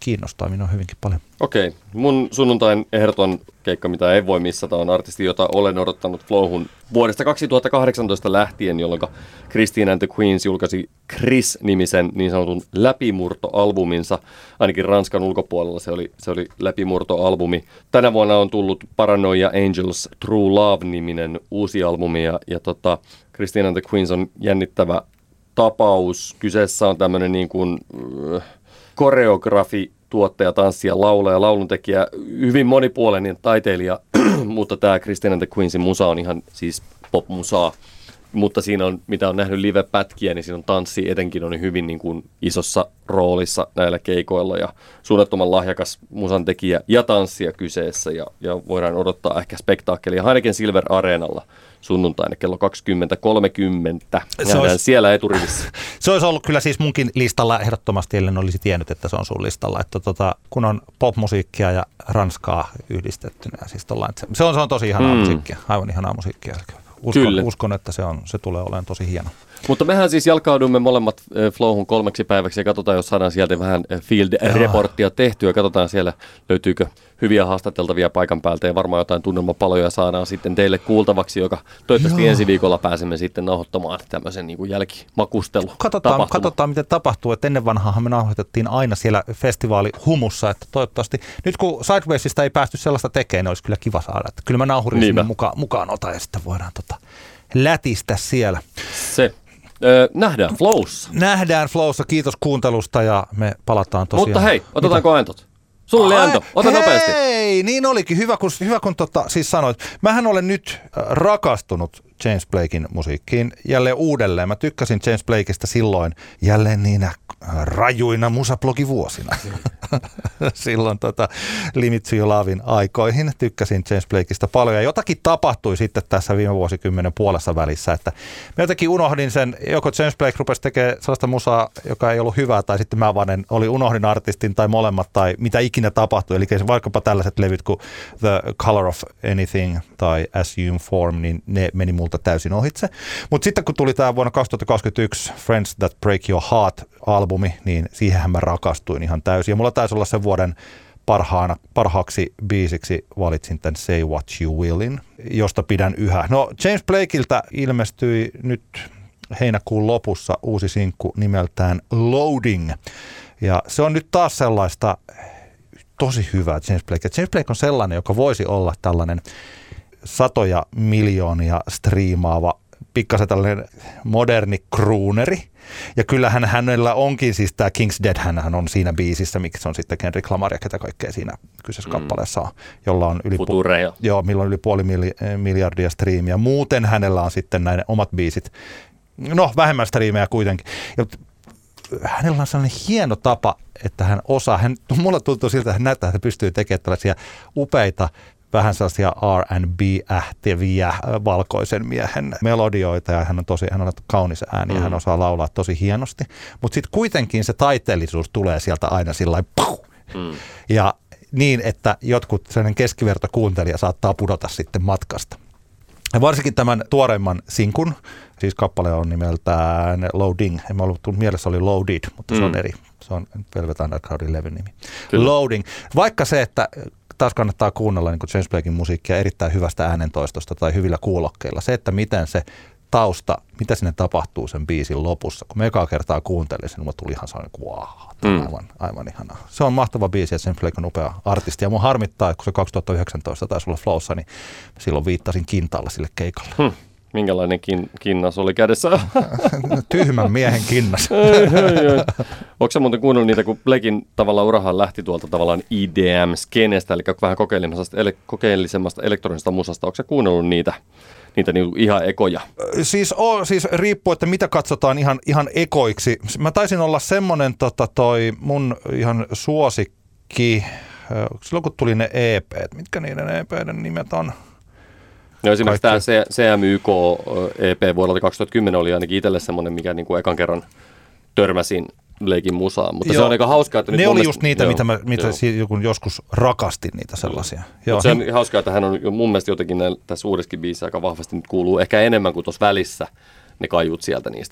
Speaker 2: kiinnostaa minua hyvinkin paljon.
Speaker 3: Okei. Mun sunnuntain ehdoton keikka, mitä ei voi missata, on artisti, jota olen odottanut Flowhun vuodesta kaksituhattakahdeksantoista lähtien, jolloin Christine and the Queens julkaisi Chris-nimisen niin sanotun läpimurtoalbuminsa. Ainakin Ranskan ulkopuolella se oli, se oli läpimurtoalbumi. Tänä vuonna on tullut Paranoia Angels True Love-niminen uusi albumi, ja, ja tota, Christine and the Queens on jännittävä tapaus. Kyseessä on tämmöinen niin kuin äh, koreografi, tuottaja, tanssija, laulaja, lauluntekijä, hyvin monipuolinen taiteilija, mutta tämä Christine and the Queensin musa on ihan siis pop-musaa. Mutta siinä on, mitä on nähnyt live-pätkiä, niin siinä on tanssi etenkin on hyvin niin kuin isossa roolissa näillä keikoilla ja suunnattoman lahjakas musantekijä ja tanssija kyseessä ja, ja voidaan odottaa ehkä spektaakkelia Heineken Silver Areenalla sunnuntaina kello kaksikymmentä kolmekymmentä. Nähdään olisi, siellä eturivissä.
Speaker 2: Se olisi ollut kyllä siis munkin listalla ehdottomasti, ellen olisi tiennyt, että se on sun listalla. Että tota, kun on popmusiikkia ja ranskaa yhdistettynä. Siis tollain, se, se, on, se on tosi ihanaa mm. musiikkia, aivan ihanaa musiikkia. Uskon, uskon, että se, on, se tulee olemaan tosi hieno.
Speaker 3: Mutta mehän siis jalkaudumme molemmat Flowhun kolmeksi päiväksi ja katsotaan, jos saadaan sieltä vähän field-reporttia tehtyä. Katsotaan siellä, löytyykö hyviä haastateltavia paikan päältä ja varmaan jotain tunnelmapaloja saadaan sitten teille kuultavaksi, joka toivottavasti Joo. ensi viikolla pääsemme sitten nauhoittamaan tämmöisen niin kuin jälkimakustelu.
Speaker 2: Katsotaan, katsotaan, miten tapahtuu. Että ennen vanhaahan me nauhoitettiin aina siellä festivaalihumussa, että toivottavasti nyt kun Sidewaysista ei päästy sellaista tekemään, niin olisi kyllä kiva saada. Että kyllä mä nauhurin sinne mukaan, mukaan otan ja sitten voidaan tota, lätistä siellä.
Speaker 3: Se. Öö, nähdään Flowssa.
Speaker 2: Nähdään Flowssa. Kiitos kuuntelusta ja me palataan tosiaan.
Speaker 3: Mutta hei, otetaanko Antot? Sulle Ai, Anto, ota
Speaker 2: hei,
Speaker 3: nopeasti.
Speaker 2: Hei, niin olikin. Hyvä kun, hyvä kun tota, siis sanoit. Mähän olen nyt rakastunut James Blaken musiikkiin jälleen uudelleen. Mä tykkäsin James Blakeista silloin jälleen niinä rajuina musablogivuosina. Silloin tota, Limit to Your Lovein aikoihin tykkäsin James Blakeista paljon. Ja jotakin tapahtui sitten tässä viime vuosikymmenen puolessa välissä, että mä jotenkin unohdin sen, joko James Blake rupesi tekemään sellaista musaa, joka ei ollut hyvää, tai sitten mä vaan oli unohdin artistin tai molemmat, tai mitä ikinä tapahtui. Eli vaikkapa tällaiset levyt kuin The Color of Anything tai Assume Form, niin ne meni multa täysin ohitse. Mutta sitten kun tuli tämä vuonna kaksituhattakaksikymmentäyksi Friends That Break Your Heart-albumi, niin siihenhän mä rakastuin ihan täysin. Ja mulla taisi olla sen vuoden parhaana, parhaaksi biisiksi valitsin tämän Say What You Willin, josta pidän yhä. No James Blakeiltä ilmestyi nyt heinäkuun lopussa uusi sinkku nimeltään Loading. Ja se on nyt taas sellaista tosi hyvää James Blake. James Blake on sellainen, joka voisi olla tällainen satoja miljoonia striimaava, pikkasen tällainen moderni crooneri. Ja kyllähän hänellä onkin siis tämä King's Dead, hän on siinä biisissä, miksi on sitten Kendrick Lamar ja ketä kaikkea siinä kyseessä mm. kappaleessa on, jolla on yli, pu- joo, milloin yli puoli miljardia striimiä. Muuten hänellä on sitten näiden omat biisit, no vähemmän striimejä kuitenkin. Ja hänellä on sellainen hieno tapa, että hän osaa, hän, mulla tuntuu siltä, että hän näyttää, että hän pystyy tekemään tällaisia upeita, vähän sellaisia R and B-ähteviä valkoisen miehen melodioita, ja hän on tosi, hän on kaunis ääni, ja hän osaa laulaa tosi hienosti, mutta sitten kuitenkin se taiteellisuus tulee sieltä aina sillä lailla, mm. ja niin, että jotkut sellainen keskivertokuuntelija saattaa pudota sitten matkasta. Ja varsinkin tämän tuoreimman sinkun, siis kappale on nimeltään Loading, en mä ollut tullut mielessä, oli Loaded, mutta se on mm. eri, se on Velvet Undergroundin levyn nimi. Kyllä. Loading, vaikka se, että taas kannattaa kuunnella niin kuin James Blaken musiikkia erittäin hyvästä äänentoistosta tai hyvillä kuulokkeilla. Se, että miten se tausta, mitä sinne tapahtuu sen biisin lopussa. Kun me ekaa kertaa kuuntelin sen, mulla tuli ihan sellainen, wow, mm. aivan, aivan ihanaa. Se on mahtava biisi ja James Blake on upea artisti. Ja mun harmittaa, että kun se kaksituhattayhdeksäntoista taisi olla Flowssa, niin silloin viittasin kintaalla sille keikalle. Hmm.
Speaker 3: Minkälainen kin, kinnas oli kädessä?
Speaker 2: Tyhmän miehen kinnas.
Speaker 3: Onko sä muuten kuunnellut niitä, kun Blaken tavallaan urahan lähti tuolta tavallaan E D M-skenestä, eli vähän kokeellisemmasta, ele, kokeellisemmasta elektronisesta musasta. Onko sä kuunnellut niitä, niitä niinku ihan ekoja? Siis,
Speaker 2: o, siis riippuu, että mitä katsotaan ihan, ihan ekoiksi. Mä taisin olla semmonen tota, toi mun ihan suosikki, silloin kun tuli ne E P:t, mitkä niiden E P:den nimet on?
Speaker 3: No esimerkiksi tämä C M Y K E P vuodelta kaksituhattakymmenen oli ainakin itselle semmoinen, mikä niin kuin ekan kerran törmäsin Blaken musaan, mutta joo, se on aika hauskaa. Että
Speaker 2: ne
Speaker 3: nyt
Speaker 2: oli
Speaker 3: mielestä,
Speaker 2: just niitä, joo, mitä, mä, mitä joskus rakastin niitä sellaisia.
Speaker 3: Joo. Se on hauskaa, että hän on mun mielestä jotenkin tässä uudessakin biisissä aika vahvasti nyt kuuluu ehkä enemmän kuin tuossa välissä ne kaiut sieltä niistä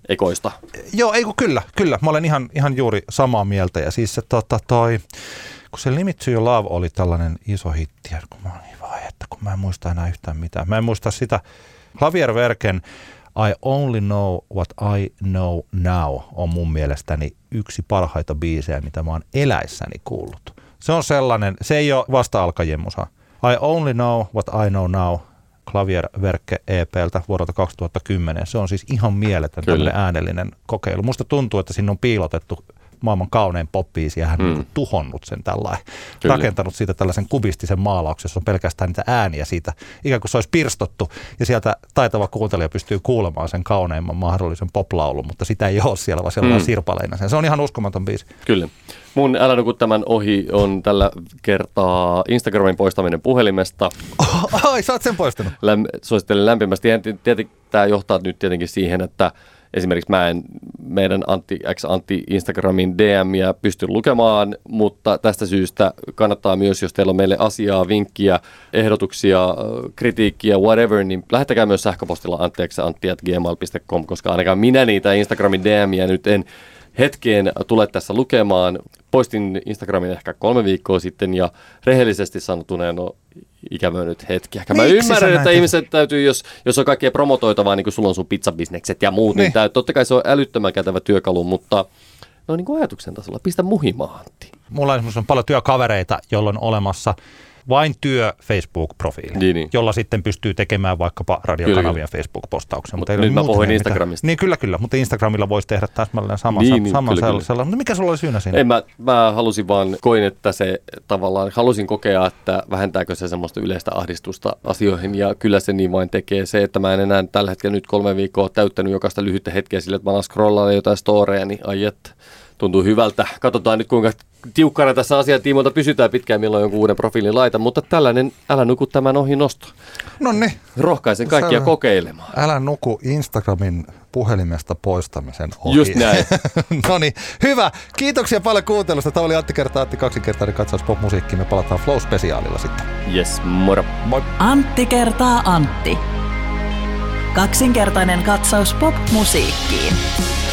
Speaker 3: ekoista.
Speaker 2: Joo, ei kun kyllä, kyllä. Mä olen ihan, ihan juuri samaa mieltä. Ja siis se tota, toi, kun se Limit to Your Love oli tällainen iso hitti, kun mä oon niin vai, että kun mä en muista enää yhtään mitään. Mä en muista sitä. Javier Verken I Only Know What I Know Now on mun mielestäni yksi parhaita biisejä, mitä mä oon eläissäni kuullut. Se on sellainen, se ei ole vasta-alkajien musa. I Only Know What I Know Now, Javier Verke E P:ltä vuodelta kaksituhattakymmenen. Se on siis ihan mieletön tämmöinen äänellinen kokeilu. Musta tuntuu, että sinne on piilotettu maailman kaunein pop-biisi ja hän on mm. tuhonnut sen tällainen, rakentanut siitä tällaisen kubistisen maalauksen, jossa on pelkästään niitä ääniä siitä, ikään kuin se olisi pirstottu ja sieltä taitava kuuntelija pystyy kuulemaan sen kauneimman mahdollisen poplaulun, mutta sitä ei ole siellä, vaan siellä mm. on sirpaleina. Se on ihan uskomaton biisi.
Speaker 3: Kyllä. Mun Älä nuku tämän ohi on tällä kertaa Instagramin poistaminen puhelimesta.
Speaker 2: Oh, ai, sä oot sen poistanut.
Speaker 3: Läm- suosittelen lämpimästi. Tietenkin tämä johtaa nyt tietenkin siihen, että esimerkiksi mä en meidän Antti X Antti Instagramin D M:iä pysty lukemaan, mutta tästä syystä kannattaa myös, jos teillä on meille asiaa, vinkkiä, ehdotuksia, kritiikkiä, whatever, niin lähettäkää myös sähköpostilla antti at gmail piste com, koska ainakaan minä niitä Instagramin D M:iä nyt en hetkeen tule tässä lukemaan. Poistin Instagramin ehkä kolme viikkoa sitten ja rehellisesti sanotuneen on ikävöinyt hetki. Ehkä mä ymmärrän, että ihmiset täytyy, jos, jos on kaikkea promotoitavaa, niin kuin sulla on sun pizzabisnekset ja muut, niin, niin täytyy, totta kai se on älyttömän kätevä työkalu, mutta no niin kuin ajatuksen tasolla, pistä muhimaan, Antti.
Speaker 2: Mulla on, on paljon työkavereita, jolla on olemassa vain työ Facebook-profiili, niin, niin. jolla sitten pystyy tekemään vaikkapa radiokanavien Facebook-postauksia. Mutta
Speaker 3: nyt mä puhuin Instagramista.
Speaker 2: Niin kyllä, kyllä, mutta Instagramilla voisi tehdä täsmälleen saman,
Speaker 3: niin,
Speaker 2: saman
Speaker 3: kyllä,
Speaker 2: sellaisen. Mutta mikä sulla oli syynä siinä?
Speaker 3: Ei, mä, mä halusin vaan, koin, että se tavallaan, halusin kokea, että vähentääkö se semmoista yleistä ahdistusta asioihin, ja kyllä se niin vain tekee. Se, että mä en enää tällä hetkellä nyt kolme viikkoa täyttänyt jokaista lyhyttä hetkeä sille, että mä alan scrollaan jotain storeja, niin ai että tuntuu hyvältä. Katsotaan nyt, kuinka tiukkana tässä asian tiimoilta pysytään pitkään, milloin jonkun uuden profiilin laitan, mutta tällainen Älä nuku tämän ohi nosto.
Speaker 2: Noniin.
Speaker 3: Rohkaisen kaikkia Sä, kokeilemaan.
Speaker 2: Älä nuku Instagramin puhelimesta poistamisen ohi.
Speaker 3: Just näin.
Speaker 2: No niin, hyvä. Kiitoksia paljon kuuntelusta. Tämä oli Antti kertaa Antti kaksinkertainen katsaus pop-musiikkiin. Me palataan Flow-spesiaalilla sitten.
Speaker 3: Yes, moro.
Speaker 2: Moi.
Speaker 1: Antti kertaa Antti. Kaksinkertainen katsaus pop-musiikkiin.